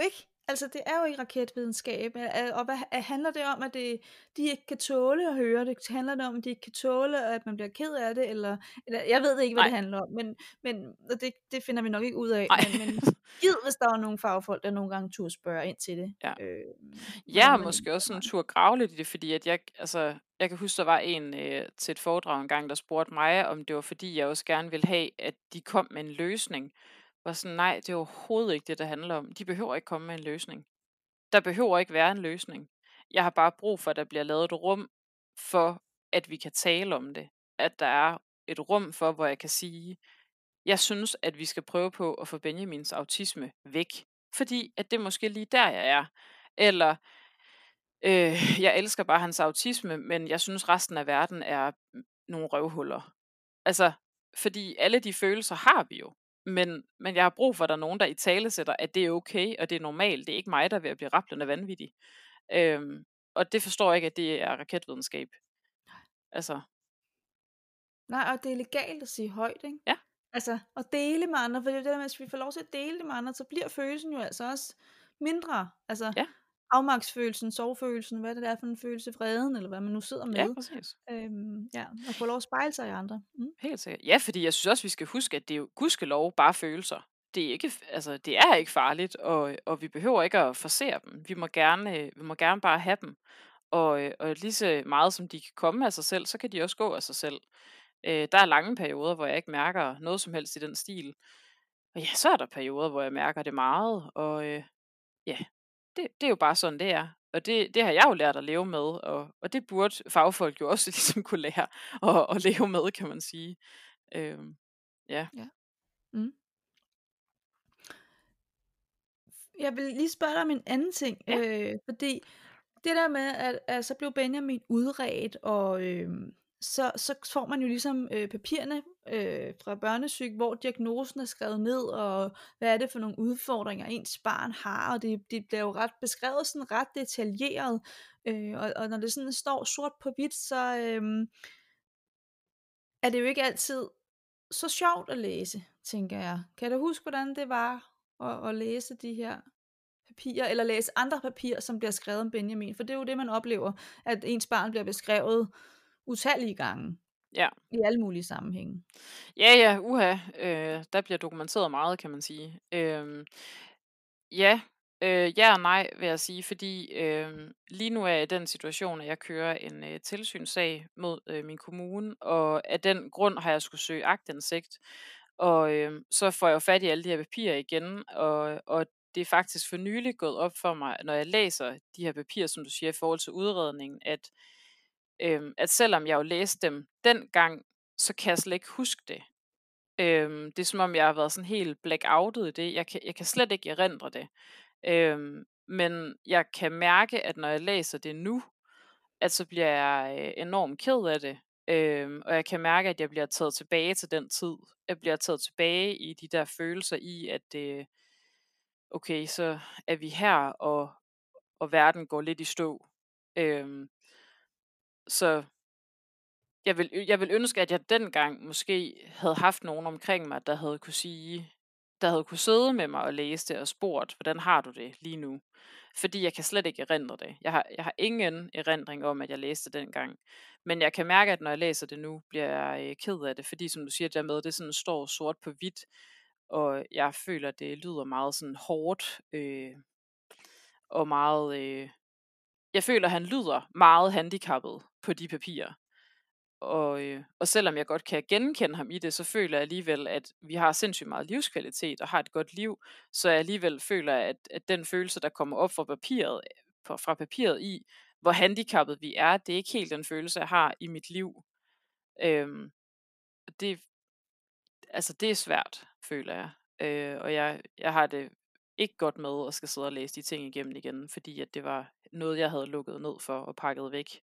Altså, det er jo ikke raketvidenskab, øh, og hvad øh, handler det om, at det de ikke kan tåle at høre det? Handler det om, at de ikke kan tåle, at man bliver ked af det, eller eller jeg ved ikke, hvad Nej. det handler om, men men og det det finder vi nok ikke ud af, Nej. men men gid, hvis der var nogle fagfolk, der nogle gange turde spørge ind til det, Ja. øh, Jeg hvordan har man egentlig måske også sådan gør det. turde grave lidt i det, fordi at jeg altså, jeg kan huske, der var en øh, til et foredrag engang, der spurgte mig, om det var fordi, jeg også gerne ville have, at de kom med en løsning. Var sådan, nej, det er overhovedet ikke det, det handler om. De behøver ikke komme med en løsning. Der behøver ikke være en løsning. Jeg har bare brug for, at der bliver lavet et rum for, at vi kan tale om det. At der er et rum for, hvor jeg kan sige, jeg synes, at vi skal prøve på at få Benjamins autisme væk. Fordi at det er måske lige der, jeg er. Eller, øh, jeg elsker bare hans autisme, men jeg synes, resten af verden er mm, nogle røvhuller. Altså, fordi alle de følelser har vi jo. Men, men jeg har brug for, at der er nogen, der italesætter, at det er okay, og det er normalt. Det er ikke mig, der er ved at blive rablende vanvittig. Øhm, og det forstår jeg ikke, at det er raketvidenskab. Altså, Nej, og det er legalt at sige højt, ikke? ja, Altså, at dele med andre, for det er jo det der med, hvis vi får lov til at dele det med andre, så bliver følelsen jo altså også mindre. Altså, ja, afmagtsfølelsen, sorgfølelsen, hvad det er for en følelse, vreden, eller hvad man nu sidder ja, med. præcis. Øhm, ja, og få lov at spejle sig i andre. Mm. Helt sikkert. Ja, fordi jeg synes også, vi skal huske, at det er jo gudskelov bare følelser. Det er ikke, altså, det er ikke farligt, og, og vi behøver ikke at forsere dem. Vi må gerne, øh, vi må gerne bare have dem. Og, øh, og lige så meget som de kan komme af sig selv, så kan de også gå af sig selv. Øh, der er lange perioder, hvor jeg ikke mærker noget som helst i den stil. Og ja, så er der perioder, hvor jeg mærker det meget. Og øh, ja, det, det er jo bare sådan, det er. Og det, det har jeg jo lært at leve med. Og, og det burde fagfolk jo også ligesom kunne lære at, at leve med, kan man sige. Øhm, ja. Ja. Mm. Jeg vil lige spørge dig om en anden ting, Ja. øh, fordi det der med, at, at så blev Benjamin udredt, og øh, så, så får man jo ligesom øh, papirerne øh, fra børnesyg, hvor diagnosen er skrevet ned, og hvad er det for nogle udfordringer, ens barn har, og det, det bliver jo ret beskrevet sådan ret detaljeret, øh, og, og når det sådan står sort på hvidt, så øh, er det jo ikke altid så sjovt at læse, tænker jeg. Kan du huske, hvordan det var at, at læse de her papirer, eller læse andre papirer, som bliver skrevet om Benjamin? For det er jo det, man oplever, at ens barn bliver beskrevet utallige gange, Ja. i alle mulige sammenhænge. Ja, ja, uha. Øh, der bliver dokumenteret meget, kan man sige. Øhm, ja, øh, ja og nej, vil jeg sige, fordi øh, lige nu er jeg i den situation, at jeg kører en øh, tilsynssag mod øh, min kommune, og af den grund har jeg skulle søge aktindsigt. Og øh, så får jeg jo fat i alle de her papirer igen, og, og det er faktisk for nylig gået op for mig, når jeg læser de her papirer, som du siger, i forhold til udredningen, at, øh, at selvom jeg jo læste dem dengang, så kan jeg slet ikke huske det. Øhm, det er som om, jeg har været sådan helt blackoutet i det. Jeg kan, jeg kan slet ikke erindre det. Øhm, men jeg kan mærke, at når jeg læser det nu, at så bliver jeg øh, enormt ked af det. Øhm, og jeg kan mærke, at jeg bliver taget tilbage til den tid. Jeg bliver taget tilbage i de der følelser i, at øh, okay, så er vi her, og, og verden går lidt i stå. Øhm, så jeg vil, jeg vil ønske, at jeg dengang måske havde haft nogen omkring mig, der havde kunne sige, der havde kunne sidde med mig og læse det og spurgt, hvordan har du det lige nu? Fordi jeg kan slet ikke erindre det. Jeg har, jeg har ingen erindring om, at jeg læste det dengang. Men jeg kan mærke, at når jeg læser det nu, bliver jeg øh, ked af det, fordi som du siger der med, det sådan står sort på hvidt, og jeg føler, at det lyder meget sådan hårdt, øh, og meget, øh, jeg føler, at han lyder meget handicappet på de papirer. Og, øh, og selvom jeg godt kan genkende ham i det, så føler jeg alligevel, at vi har sindssygt meget livskvalitet og har et godt liv, så jeg alligevel føler, at, at den følelse, der kommer op fra papiret, fra, fra papiret i, hvor handicappet vi er, det er ikke helt den følelse, jeg har i mit liv. Øhm, det, altså det er svært, føler jeg. Øh, og jeg, jeg har det ikke godt med at skal sidde og læse de ting igennem igen, fordi at det var noget, jeg havde lukket ned for og pakket væk.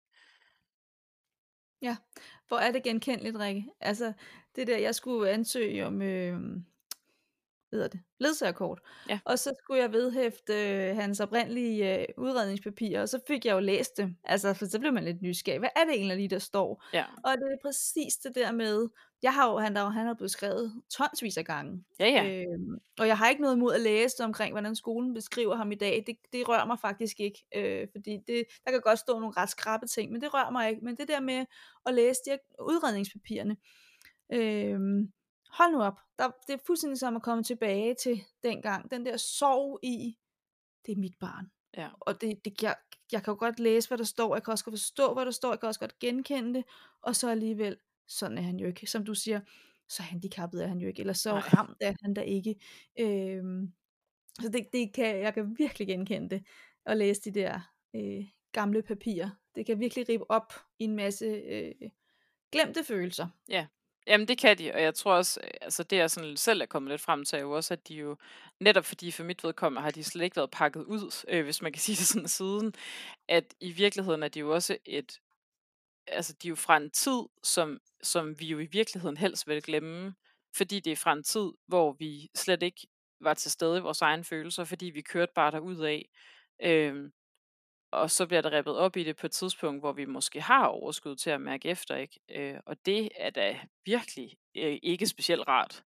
Ja, hvor er det genkendeligt, Rikke. Altså, det der, jeg skulle ansøge om, øh, hvad hedder det, ledsagerkort. Ja. Og så skulle jeg vedhæfte øh, hans oprindelige øh, udredningspapirer, og så fik jeg jo læst dem. Altså, for så blev man lidt nysgerrig. Hvad er det egentlig lige, der står? Ja. Og det er præcis det der med, jeg har jo, han, der, han har blevet skrevet tonsvis af gange. Ja, ja. Øhm, og jeg har ikke noget imod at læse det omkring, hvordan skolen beskriver ham i dag. Det, det rører mig faktisk ikke, øh, fordi det, der kan godt stå nogle ret skrappe ting, men det rører mig ikke. Men det der med at læse de her udredningspapirerne, øh, hold nu op, der, det er fuldstændig som at komme tilbage til dengang. Den der sorg i, det er mit barn. Ja. Og det, det, jeg, jeg kan jo godt læse, hvad der står, jeg kan også godt forstå, hvad der står, jeg kan også godt genkende det, og så alligevel, sådan er han jo ikke. Som du siger, så handicappet er han jo ikke, eller så Nej. ramt er han der ikke. Øhm, så det, det kan, jeg kan virkelig genkende det, at læse de der øh, gamle papirer. Det kan virkelig rive op i en masse øh, glemte følelser. Ja. Jamen det kan de, og jeg tror også, altså det jeg sådan selv er kommet lidt frem til, er jo også, at de jo, netop fordi for mit vedkommende, har de slet ikke været pakket ud, øh, hvis man kan sige det sådan siden, at i virkeligheden er de jo også et, altså de er jo fra en tid, som, som vi jo i virkeligheden helst vil glemme, fordi det er fra en tid, hvor vi slet ikke var til stede i vores egne følelser, fordi vi kørte bare derudad. Øhm, og så bliver der rippet op i det på et tidspunkt, hvor vi måske har overskud til at mærke efter, ikke? Øh, og det er da virkelig øh, ikke specielt rart.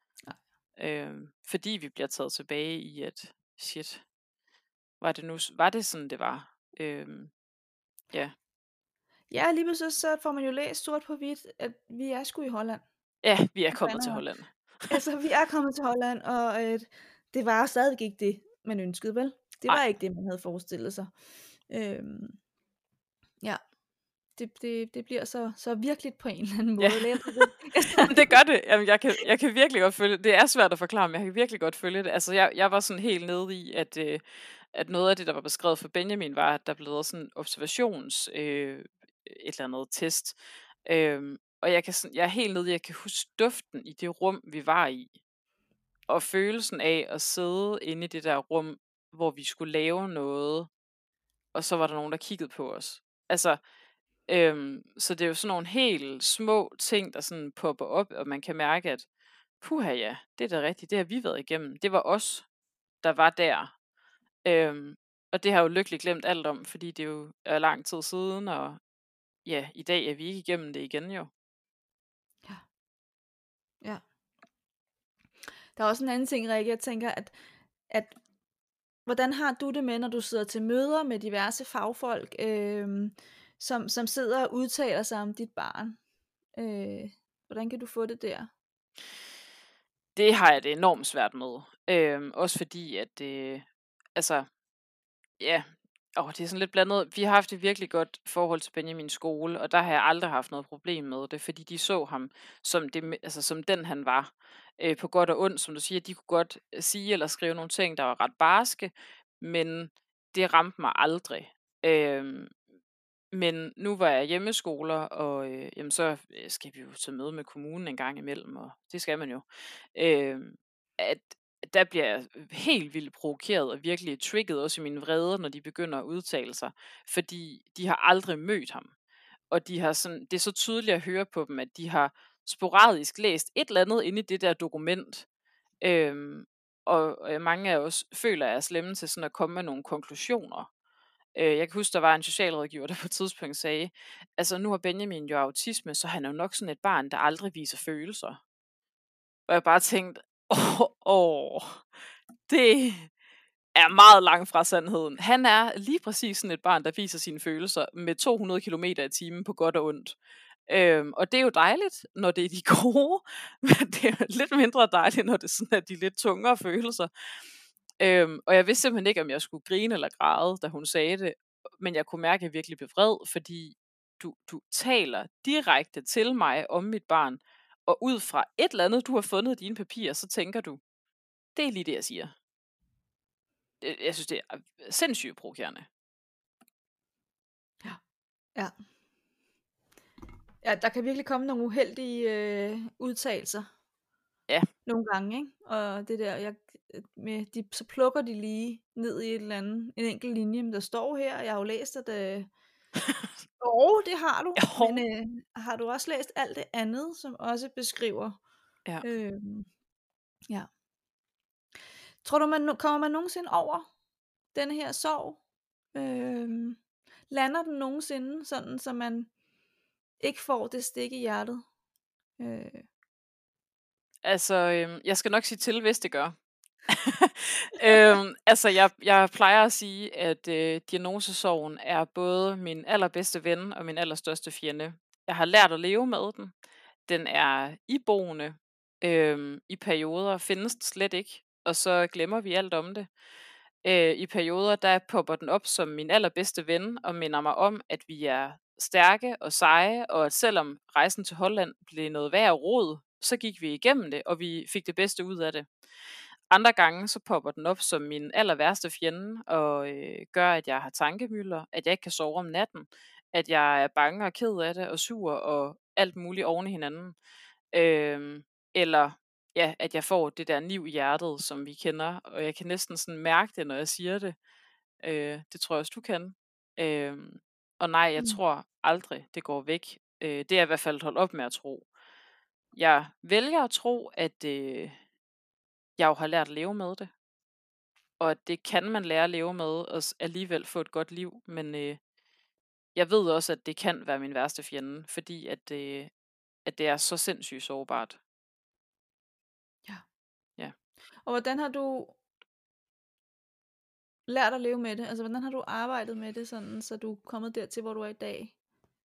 Øh, fordi vi bliver taget tilbage i, at shit, var det nu, var det sådan, det var? Øh, ja. Ja, lige pludselig så får man jo læst sort på hvidt, at vi er sgu i Holland. Ja, vi er kommet til Holland. Altså, vi er kommet til Holland, og øh, det var stadigvæk ikke det, man ønskede, vel? Det var Ej. ikke det, man havde forestillet sig. Øhm, ja, det, det, det bliver så, så virkeligt på en eller anden måde. Ja. det. det gør det. Jamen, jeg, kan, jeg kan virkelig godt følge det. Det er svært at forklare, men jeg kan virkelig godt følge det. Altså, jeg, jeg var sådan helt nede i, at, øh, at noget af det, der var beskrevet for Benjamin, var, at der blev lavet sådan en observations, øh, et eller andet test. Øhm, og jeg, kan sådan, jeg er helt nede i, jeg kan huske duften i det rum, vi var i. Og følelsen af at sidde inde i det der rum, hvor vi skulle lave noget, og så var der nogen, der kiggede på os. Altså, øhm, så det er jo sådan nogle helt små ting, der sådan popper op, og man kan mærke, at puha ja, det er da rigtigt, det har vi været igennem. Det var os, der var der. Øhm, og det har jeg jo lykkeligt glemt alt om, fordi det jo er lang tid siden, og ja, i dag er vi ikke igennem det igen jo. Ja. Ja. Der er også en anden ting, Rikke, jeg tænker, at, at hvordan har du det med, når du sidder til møder med diverse fagfolk, øh, som, som sidder og udtaler sig om dit barn? Øh, hvordan kan du få det der? Det har jeg det enormt svært med. Øhm, også fordi, at det, altså, ja, åh, det er sådan lidt blandet. Vi har haft et virkelig godt forhold til Benjamins skole, og der har jeg aldrig haft noget problem med det, fordi de så ham som, det, altså, som den han var. Øh, på godt og ondt, som du siger, de kunne godt sige eller skrive nogle ting, der var ret barske, men det ramte mig aldrig. Øhm, men nu var jeg hjemmeskoler, og øh, jamen, så skal vi jo til møde med kommunen en gang imellem, og det skal man jo. Øh, at der bliver jeg helt vildt provokeret og virkelig trigget også i mine vrede, når de begynder at udtale sig, fordi de har aldrig mødt ham. Og de har sådan, det er så tydeligt at høre på dem, at de har sporadisk læst et eller andet inde i det der dokument. Øhm, og, og mange af os føler, at jeg er slemme til sådan at komme med nogle konklusioner. Øh, jeg kan huske, der var en socialrådgiver, der på et tidspunkt sagde, altså nu har Benjamin jo autisme, så han er jo nok sådan et barn, der aldrig viser følelser. Og jeg bare tænkte, åh, åh, det er meget langt fra sandheden. Han er lige præcis sådan et barn, der viser sine følelser med to hundrede kilometer i timen på godt og ondt. Øhm, og det er jo dejligt, når det er de gode, men det er lidt mindre dejligt, når det sådan er de lidt tungere følelser. Øhm, og jeg vidste simpelthen ikke, om jeg skulle grine eller græde, da hun sagde det, men jeg kunne mærke, at jeg virkelig blev vred, fordi du, du taler direkte til mig om mit barn, og ud fra et eller andet, du har fundet i dine papirer, så tænker du, det er lige det, jeg siger. Jeg synes, det er sindssygt provokerende. Ja. Ja. Ja, der kan virkelig komme nogle uheldige øh, udtalelser. Ja. Nogle gange, ikke? Og det der, jeg, med, de, så plukker de lige ned i et eller andet, en enkelt linje, men der står her, jeg har jo læst, at øh, jo, det har du, Jo. men øh, har du også læst alt det andet, som også beskriver? Ja. Øh, ja. Tror du, man no- kommer man nogensinde over denne her sorg? Øhm, lander den nogensinde sådan, så man ikke får det stik i hjertet? Øh, Altså, øhm, jeg skal nok sige til, hvis det gør. øhm, altså, jeg, jeg plejer at sige, at øh, diagnosesorgen er både min allerbedste ven og min allerstørste fjende. Jeg har lært at leve med den. Den er iboende. Øhm, I perioder findes den slet ikke, og så glemmer vi alt om det. Øh, I perioder, der popper den op som min allerbedste ven og minder mig om, at vi er stærke og seje, og at selvom rejsen til Holland blev noget værd rod, så gik vi igennem det, og vi fik det bedste ud af det. Andre gange så popper den op som min aller værste fjende og øh, gør, at jeg har tankemylder, at jeg ikke kan sove om natten, at jeg er bange og ked af det og sur og alt muligt oven i hinanden. Øhm, eller ja, at jeg får det der niv i hjertet, som vi kender, og jeg kan næsten sådan mærke det, når jeg siger det. Øh, det tror jeg også, du kan. Øhm, og nej, jeg mm. tror aldrig, det går væk. Øh, det er jeg i hvert fald holdt op med at tro. Jeg vælger at tro, at øh, jeg jo har lært at leve med det. Og at det kan man lære at leve med, og s- alligevel få et godt liv. Men øh, jeg ved også, at det kan være min værste fjende, fordi at, øh, at det er så sindssygt sårbart. Ja. Ja. Og hvordan har du lært at leve med det? Altså, hvordan har du arbejdet med det, sådan, så du er kommet dertil, hvor du er i dag?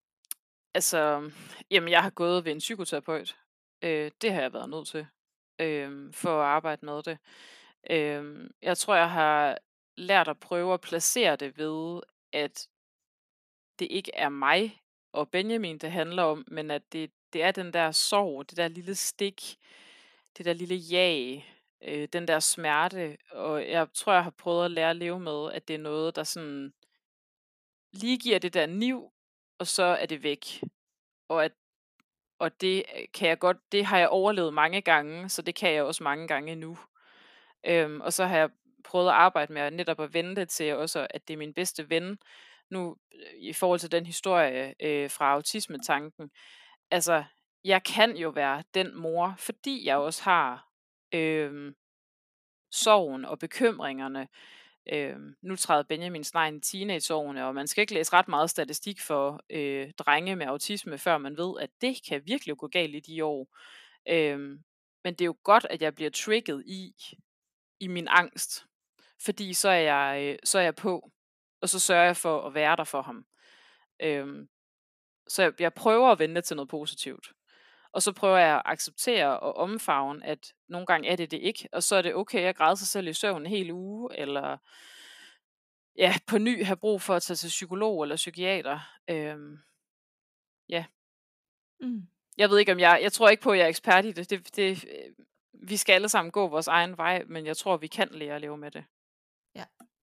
Altså, jamen jeg har gået ved en psykoterapeut. Øh, det har jeg været nødt til, øh, for at arbejde med det. Øh, jeg tror, jeg har lært at prøve at placere det ved, at det ikke er mig og Benjamin, det handler om, men at det, det er den der sorg, det der lille stik, det der lille jag, øh, den der smerte. Og jeg tror, jeg har prøvet at lære at leve med, at det er noget, der sådan lige giver det der niv, og så er det væk. Og at Og det øh, kan jeg godt det har jeg overlevet mange gange, så det kan jeg også mange gange endnu. Øhm, og så har jeg prøvet at arbejde med at netop at vende det til også, at det er min bedste ven. Nu øh, i forhold til den historie øh, fra autismetanken. Altså, jeg kan jo være den mor, fordi jeg også har øhm, sorgen og bekymringerne. Øhm, nu træder Benjamin snart ind i teenageårene, og man skal ikke læse ret meget statistik for øh, drenge med autisme, før man ved, at det kan virkelig gå galt i de år. Øhm, men det er jo godt, at jeg bliver trigget i, i min angst, fordi så er jeg, øh, så er jeg på, og så sørger jeg for at være der for ham. Øhm, så jeg, jeg prøver at vende det til noget positivt. Og så prøver jeg at acceptere og omfavne, at nogle gange er det det ikke, og så er det okay at græde sig selv i søvn en hel uge, eller ja, på ny have brug for at tage til psykolog eller psykiater. Øhm, ja, Mm. jeg ved ikke om jeg, jeg tror ikke på, at jeg er ekspert i det. det, det øh, vi skal alle sammen gå vores egen vej, men jeg tror, vi kan lære at leve med det. Ja.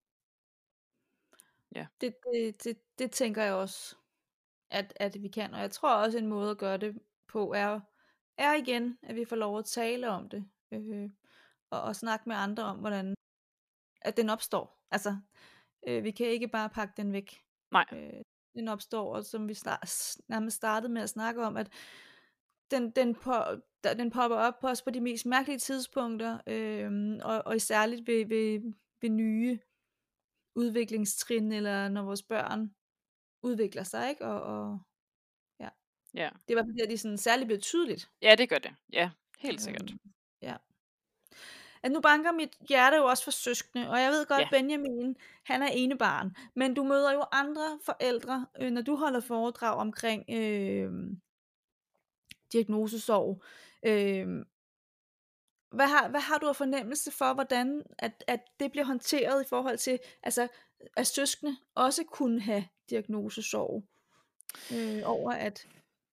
Ja. Det, det, det, det tænker jeg også, at, at vi kan. Og jeg tror også, en måde at gøre det på er, er igen, at vi får lov at tale om det. Øh, og, og snakke med andre om, hvordan at den opstår. Altså, øh, vi kan ikke bare pakke den væk. Nej. Øh, den opstår, og som vi start, nærmest startede med at snakke om, at den, den, på, der, den popper op på os på de mest mærkelige tidspunkter, øh, og, og særligt ved, ved, ved nye udviklingstrin, eller når vores børn udvikler sig, ikke? Og, og ja. Ja. Det var fordi, at de sådan særligt blev tydeligt. Ja, det gør det. Ja, helt sikkert. Øhm, ja. At nu banker mit hjerte jo også for søskende, og jeg ved godt, Ja. Benjamin, han er ene barn, men du møder jo andre forældre, øh, når du holder foredrag omkring øh, diagnosesorg. Øh, hvad, har, hvad har du af fornemmelse for, hvordan at, at det bliver håndteret i forhold til, altså, at søskende også kunne have diagnosesorg øh, over at...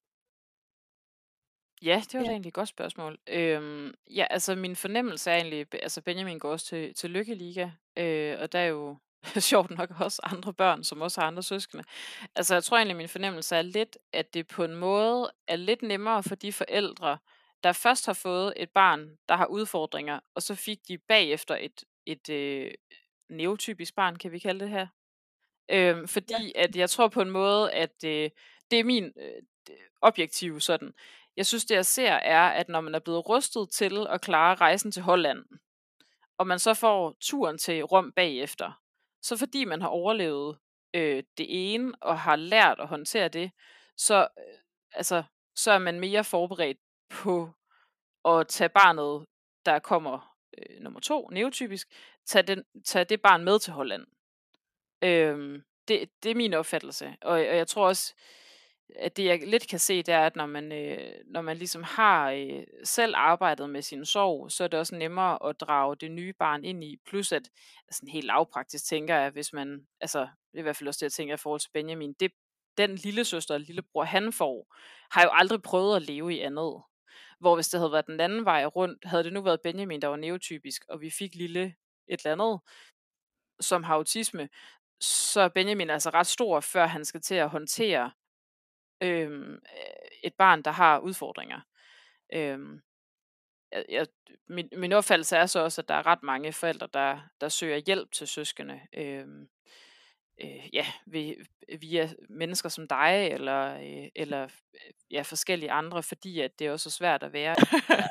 Ja, det var Ja. da egentlig et godt spørgsmål. Øhm, ja, altså min fornemmelse er egentlig, altså Benjamin går også til, til Lykkeliga, øh, og der er jo sjovt nok også andre børn, som også har andre søskende. Altså jeg tror egentlig, min fornemmelse er lidt, at det på en måde er lidt nemmere for de forældre, der først har fået et barn, der har udfordringer, og så fik de bagefter et, et øh, neotypisk barn, kan vi kalde det her. Øhm, fordi at jeg tror på en måde, at øh, det er min øh, d- objektive sådan. Jeg synes, det jeg ser er, at når man er blevet rustet til at klare rejsen til Holland, og man så får turen til Rom bagefter, så fordi man har overlevet øh, det ene, og har lært at håndtere det, så, øh, altså, så er man mere forberedt på at tage barnet, der kommer øh, nummer to, neotypisk, tage, den, tage det barn med til Holland. Øhm, det, det er min opfattelse, og, og jeg tror også, at det jeg lidt kan se, det er, at når man, øh, når man ligesom har øh, selv arbejdet med sin sorg, så er det også nemmere at drage det nye barn ind i, plus at sådan helt lavpraktisk tænker jeg, hvis man, altså det er i hvert fald også det, jeg tænker i forhold til Benjamin, det, den lille søster og lillebror, han får, har jo aldrig prøvet at leve i andet. Hvor hvis det havde været den anden vej rundt, havde det nu været Benjamin, der var neotypisk, og vi fik lille et eller andet, som har autisme, så er Benjamin altså ret stor, før han skal til at håndtere øhm, et barn, der har udfordringer. Øhm, jeg, jeg, min, min opfattelse er så også, at der er ret mange forældre, der, der søger hjælp til søskende. Øhm, øh, ja, via mennesker som dig, eller, øh, eller ja, forskellige andre, fordi at det er også svært at være.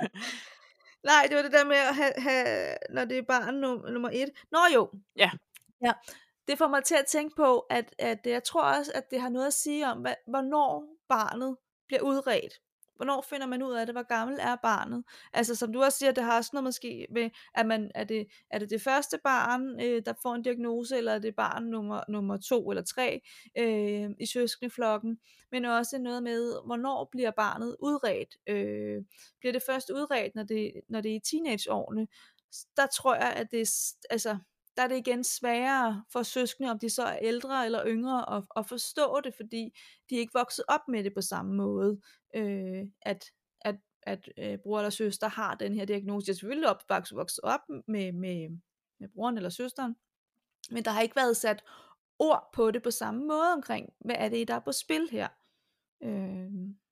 Nej, det var det der med at have, have når det er barn num- nummer et. Nå jo. Ja. Ja. Det får mig til at tænke på, at, at jeg tror også, at det har noget at sige om, hvad, hvornår barnet bliver udredt. Hvornår finder man ud af det? Hvor gammel er barnet? Altså som du også siger, det har også noget måske med, at man, er, det, er det det første barn, øh, der får en diagnose, eller er det barn nummer, nummer to eller tre øh, i søskendeflokken? Men også noget med, hvornår bliver barnet udredt? Øh, bliver det først udredt, når det, når det er i teenageårene? Der tror jeg, at det er, altså, der er det igen sværere for søskende, om de så er ældre eller yngre, at, at forstå det, fordi de er ikke vokset op med det på samme måde, øh, at, at, at øh, bror eller søster har den her diagnose. Jeg er selvfølgelig op, vokset op med, med, med broren eller søsteren, men der har ikke været sat ord på det på samme måde omkring, hvad er det, der er på spil her. Øh.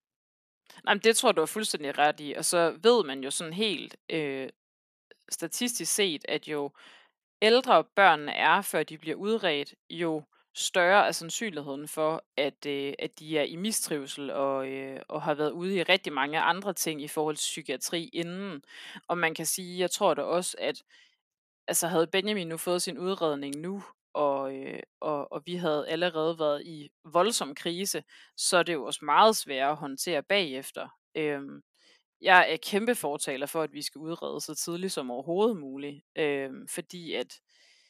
Nej, men det tror du er fuldstændig ret i, og så ved man jo sådan helt øh, statistisk set, at jo ældre børnene er, før de bliver udredt, jo større er sandsynligheden for, at, øh, at de er i mistrivsel og, øh, og har været ude i rigtig mange andre ting i forhold til psykiatri inden. Og man kan sige, jeg tror da også, at altså havde Benjamin nu fået sin udredning nu, og, øh, og, og vi havde allerede været i voldsom krise, så er det jo også meget sværere at håndtere bagefter. Øhm, jeg er kæmpe fortaler for, at vi skal udrede så tidligt som overhovedet muligt, øhm, fordi at,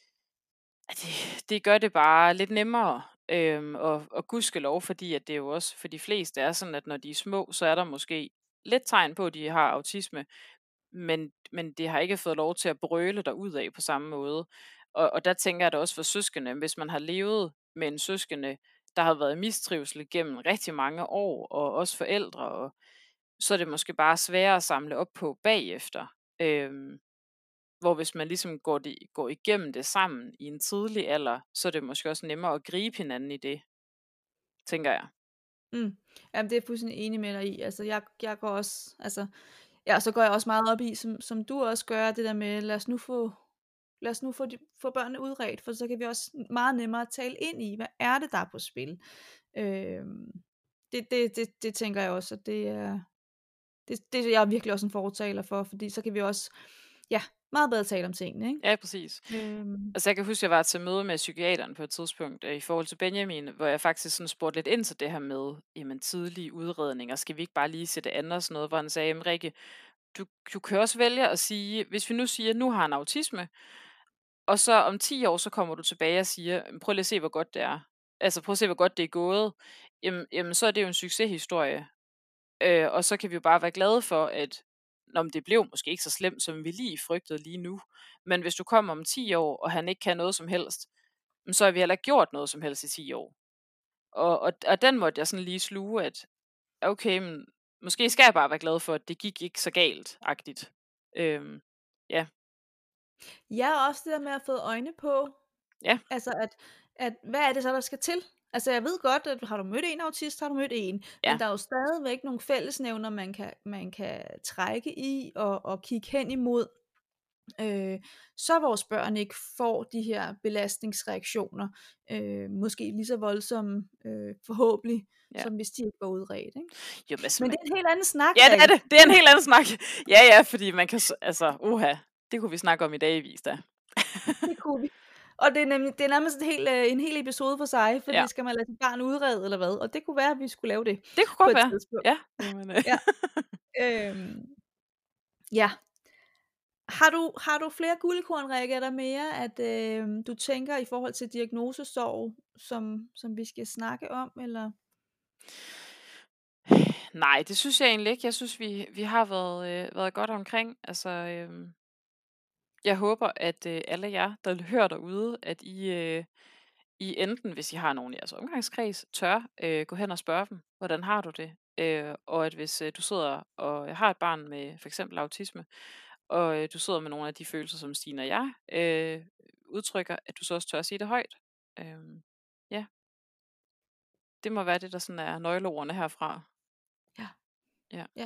at det, det gør det bare lidt nemmere. Øhm, og, og gudskelov, fordi at det jo også for de fleste er sådan, at når de er små, så er der måske lidt tegn på, at de har autisme, men, men det har ikke fået lov til at brøle derudad på samme måde. Og, og der tænker jeg da også for søskende, hvis man har levet med en søskende, der har været i mistrivsel gennem rigtig mange år, og også forældre, og så er det måske bare sværere at samle op på bagefter. Øhm, hvor hvis man ligesom går, det, går igennem det sammen i en tidlig alder, så er det måske også nemmere at gribe hinanden i det, tænker jeg. Mm. Jamen det er jeg fuldstændig enig med dig i. Altså jeg, jeg går også, altså, ja, så går jeg også meget op i, som, som du også gør, det der med, lad os nu få, lad os nu få, de, få børnene udredt, for så kan vi også meget nemmere tale ind i, hvad er det, der er på spil. Øhm, det, det, det, det tænker jeg også, at det er, det, det er jeg virkelig også en fortaler for, fordi så kan vi også, ja, meget bedre tale om tingene, ikke? Ja, præcis. Øhm. Altså jeg kan huske, at jeg var til møde med psykiateren på et tidspunkt øh, i forhold til Benjamin, hvor jeg faktisk sådan spurgte lidt ind til det her med, jamen tidlige udredninger, skal vi ikke bare lige sætte andet og sådan noget, hvor han sagde, jamen Rikke, du, du kan også vælge at sige, hvis vi nu siger, nu har han autisme, og så om ti år, så kommer du tilbage og siger, prøv lige at se, hvor godt det er. Altså prøv at se, hvor godt det er gået. Jamen, jamen så er det jo en succeshistorie. Øh, og så kan vi jo bare være glade for, at Nå, men det blev måske ikke så slemt, som vi lige frygtede lige nu. Men hvis du kommer om ti år, og han ikke kan noget som helst, så har vi heller ikke gjort noget som helst i ti år. Og, og, og den måtte jeg sådan lige sluge, at okay, men måske skal jeg bare være glad for, at det gik ikke så galt-agtigt. Øhm, ja. Ja, også det der med at få øjne på. Ja. Altså, at, at hvad er det så, der skal til? Altså, jeg ved godt, at har du mødt en autist, har du mødt en. Ja. Men der er jo stadigvæk nogle fællesnævner, man kan, man kan trække i og, og kigge hen imod. Øh, så vores børn ikke får de her belastningsreaktioner, øh, måske lige så voldsomme, øh, forhåbentlig, ja. Som hvis de ikke var udredt, ikke? Jo, altså, men man... det er en helt anden snak. Ja, det er det. Det er en helt anden snak. Ja, ja, fordi man kan, altså, uha. Det kunne vi snakke om i dag, Vis da. Det kunne vi. Og det er, nemlig, det er nærmest en hel, øh, en hel episode for sig, fordi Ja. skal man lade sit barn udrede, eller hvad? Og det kunne være, at vi skulle lave det Det kunne på godt et være. tidspunkt. Ja. Jamen, øh. Ja. Øhm, ja. Har du, har du flere guldkorn, Rikke? Er der mere, at øh, du tænker i forhold til diagnosesorg, som, som vi skal snakke om? Eller? Nej, det synes jeg egentlig ikke. Jeg synes, vi, vi har været, øh, været godt omkring. Altså, øh, jeg håber, at øh, alle jer, der hører derude, at I, øh, I enten, hvis I har nogen i jeres omgangskreds, tør øh, gå hen og spørge dem, hvordan har du det? Øh, og at hvis øh, du sidder og har et barn med for eksempel autisme, og øh, du sidder med nogle af de følelser, som Stine og jeg øh, udtrykker, at du så også tør at sige det højt. Øh, ja. Det må være det, der sådan er nøgleordene herfra. Ja. Ja. Ja.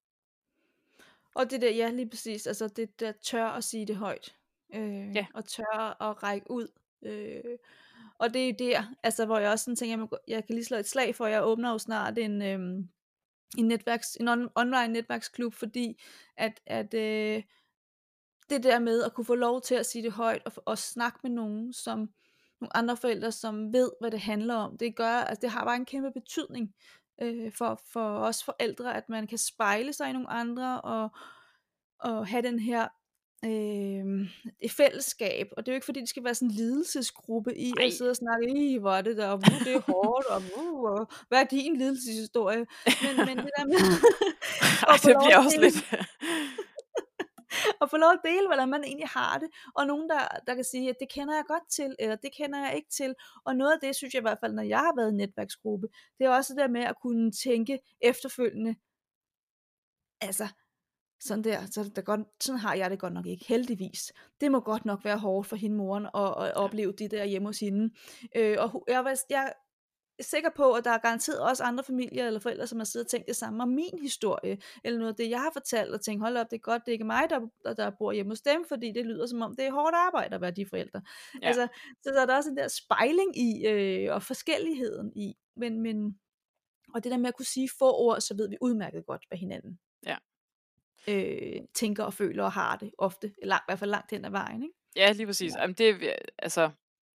Og det der, ja, lige præcis, altså det der tør at sige det højt, øh, Ja. og tør at række ud, øh, og det er der, altså hvor jeg også sådan tænker, jeg, må, jeg kan lige slå et slag for, jeg åbner jo snart en, øh, en, netværks, en on, online netværksklub, fordi at, at øh, det der med at kunne få lov til at sige det højt, og, og snakke med nogen, som nogle andre forældre, som ved, hvad det handler om, det gør, altså det har bare en kæmpe betydning, øh, for, for os forældre, at man kan spejle sig i nogle andre, og, og have den her øh, et fællesskab, og det er jo ikke fordi, det skal være sådan en lidelsesgruppe i, Ej. at sidde og snakke, i hvor er det der, uh, det er hårdt, og, uh, og hvad er din lidelseshistorie, men, men det der med Ej, det bliver også lidt og få lov at dele, hvordan man egentlig har det, og nogen, der, der kan sige, at det kender jeg godt til, eller det kender jeg ikke til, og noget af det, synes jeg i hvert fald, når jeg har været i en netværksgruppe, det er også det der med at kunne tænke efterfølgende, altså, sådan der, så der godt, sådan har jeg det godt nok ikke, heldigvis. Det må godt nok være hårdt for hende moren, at, at opleve det der hjemme hos hende, øh, og jeg, var, jeg er sikker på, at der er garanteret også andre familier eller forældre, som har siddet og tænkt det samme om min historie, eller noget af det, jeg har fortalt, og tænkt, hold op, det er godt, det er ikke mig, der, der, der bor hjemme hos dem, fordi det lyder som om, det er hårdt arbejde at være de forældre. Ja. Altså, så der er der også en der spejling i, øh, og forskelligheden i, men, men, og det der med at kunne sige få ord, så ved vi udmærket godt, hvad hinanden ja. øh, tænker og føler og har det ofte, eller i hvert fald langt hen ad vejen, ikke? Ja, lige præcis. Ja. Jamen, det er, altså,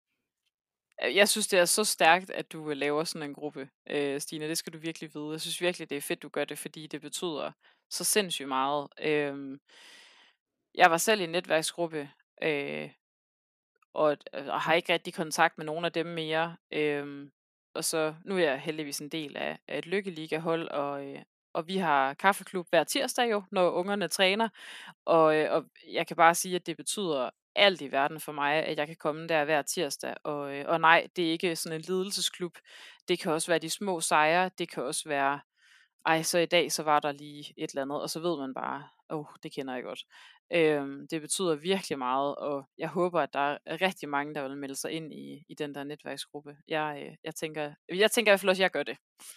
jeg synes, det er så stærkt, at du laver sådan en gruppe, øh, Stine. Det skal du virkelig vide. Jeg synes virkelig, det er fedt, du gør det, fordi det betyder så sindssygt meget. Øh, jeg var selv i en netværksgruppe, øh, og, og har ikke rigtig kontakt med nogen af dem mere. Øh, og så, nu er jeg heldigvis en del af, af et lykkeliga-hold, og, øh, og vi har kaffeklub hver tirsdag jo, når ungerne træner. Og, øh, og jeg kan bare sige, at det betyder alt i verden for mig, at jeg kan komme der hver tirsdag. Og, øh, og nej, det er ikke sådan en lidelsesklub. Det kan også være de små sejre. Det kan også være, ej, så i dag så var der lige et eller andet. Og så ved man bare, åh, oh, det kender jeg godt. Øhm, det betyder virkelig meget, og jeg håber, at der er rigtig mange, der vil melde sig ind i, i den der netværksgruppe. Jeg, øh, jeg, tænker, jeg tænker i hvert fald også, at jeg gør det.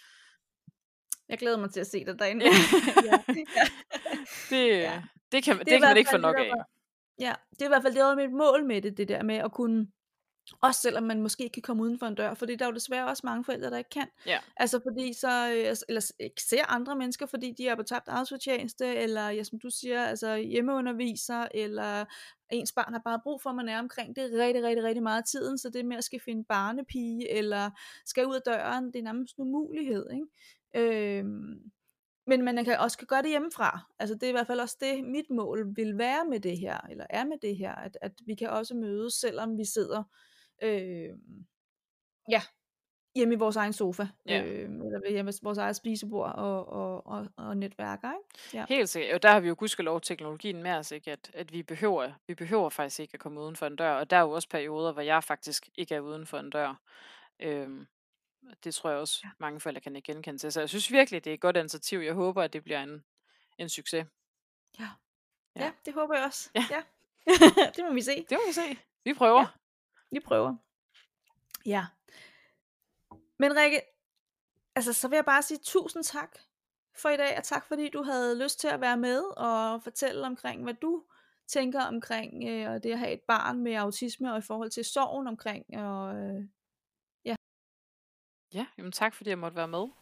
Jeg glæder mig til at se dig derinde. Ja. ja. det, ja. det kan, det det kan man ikke få nok af. Var, ja, det er i hvert fald det, var mit mål med det, det der med at kunne, også selvom man måske ikke kan komme uden for en dør, fordi der er jo desværre også mange forældre, der ikke kan. Ja. Altså fordi så, eller ikke ser andre mennesker, fordi de er på tabt arbejdsfortjeneste, eller ja, som du siger, altså hjemmeunderviser, eller ens barn har bare brug for, at man er omkring det rigtig, rigtig, rigtig meget af tiden, så det med at skal finde barnepige, eller skal ud af døren, det er nærmest en umulighed, ikke? Øhm, men man kan også kan gøre det hjemmefra. Altså det er i hvert fald også det, mit mål vil være med det her, eller er med det her, at, at vi kan også mødes, selvom vi sidder øh, ja, hjemme i vores egen sofa, ja. øh, eller hjemme i vores eget spisebord og, og, og, og netværker, ikke? Ja. Helt sikkert. Og der har vi jo gudskelov teknologien med os, ikke? At, at vi behøver, vi behøver faktisk ikke at komme uden for en dør, og der er jo også perioder, hvor jeg faktisk ikke er uden for en dør. Øhm, det tror jeg også, ja. mange forældre kan ikke genkende til. Så jeg synes virkelig, det er et godt initiativ. Jeg håber, at det bliver en, en succes. Ja. Ja. Ja, det håber jeg også. Ja. Ja. Det må vi se. Det må vi se. Vi prøver. Ja. Vi prøver. Ja. Men Rikke, altså så vil jeg bare sige tusind tak for i dag, og tak fordi du havde lyst til at være med og fortælle omkring, hvad du tænker omkring øh, det at have et barn med autisme, og i forhold til sorgen omkring, og øh, ja. Ja, jamen tak fordi jeg måtte være med.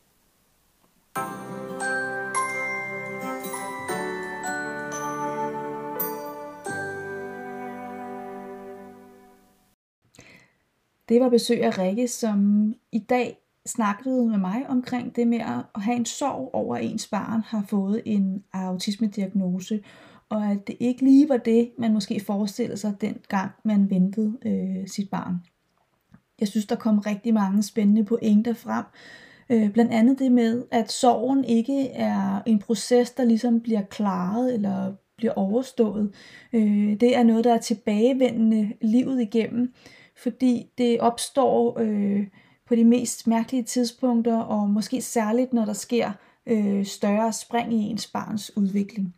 Det var besøg af Rikke, som i dag snakkede med mig omkring det med at have en sorg over, at ens barn har fået en autisme-diagnose, og at det ikke lige var det, man måske forestillede sig dengang, man ventede øh, sit barn. Jeg synes, der kom rigtig mange spændende pointer frem. Øh, blandt andet det med, at sorgen ikke er en proces, der ligesom bliver klaret eller bliver overstået. Øh, det er noget, der er tilbagevendende livet igennem, fordi det opstår øh, på de mest mærkelige tidspunkter, og måske særligt, når der sker øh, større spring i ens barns udvikling.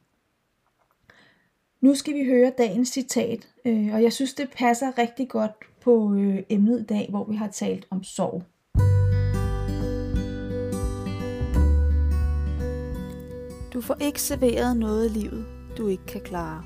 Nu skal vi høre dagens citat, øh, og jeg synes, det passer rigtig godt på øh, emnet i dag, hvor vi har talt om sorg. Du får ikke serveret noget i livet, du ikke kan klare.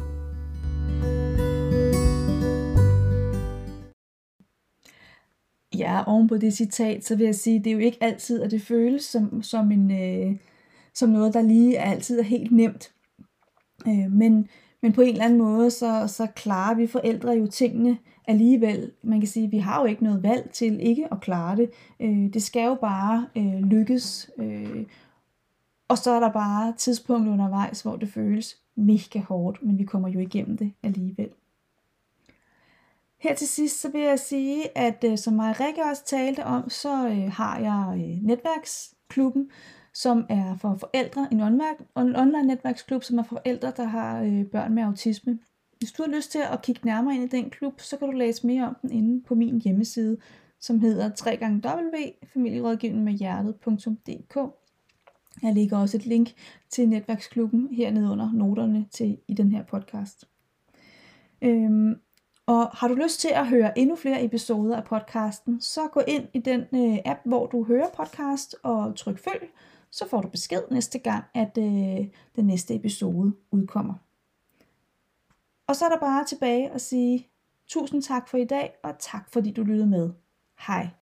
Ja, oven på det citat, så vil jeg sige, det er jo ikke altid, at det føles som, som, en, øh, som noget, der lige altid er helt nemt. Øh, men, men på en eller anden måde, så, så klarer vi forældre jo tingene alligevel. Man kan sige, at vi har jo ikke noget valg til ikke at klare det. Øh, det skal jo bare øh, lykkes. Øh, og så er der bare tidspunkter undervejs, hvor det føles mega hårdt, men vi kommer jo igennem det alligevel. Her til sidst, så vil jeg sige, at øh, som mig og Rikke også talte om, så øh, har jeg øh, netværksklubben, som er for forældre, en online netværksklub, som er for forældre, der har øh, børn med autisme. Hvis du har lyst til at kigge nærmere ind i den klub, så kan du læse mere om den inde på min hjemmeside, som hedder w w w punktum familierådgivning med hjertet punktum d k. Jeg lægger også et link til netværksklubben hernede under noterne til i den her podcast. Øhm, og har du lyst til at høre endnu flere episoder af podcasten, så gå ind i den øh, app, hvor du hører podcast, og tryk følg, så får du besked næste gang, at øh, den næste episode udkommer. Og så er der bare tilbage at sige tusind tak for i dag, og tak fordi du lyttede med. Hej.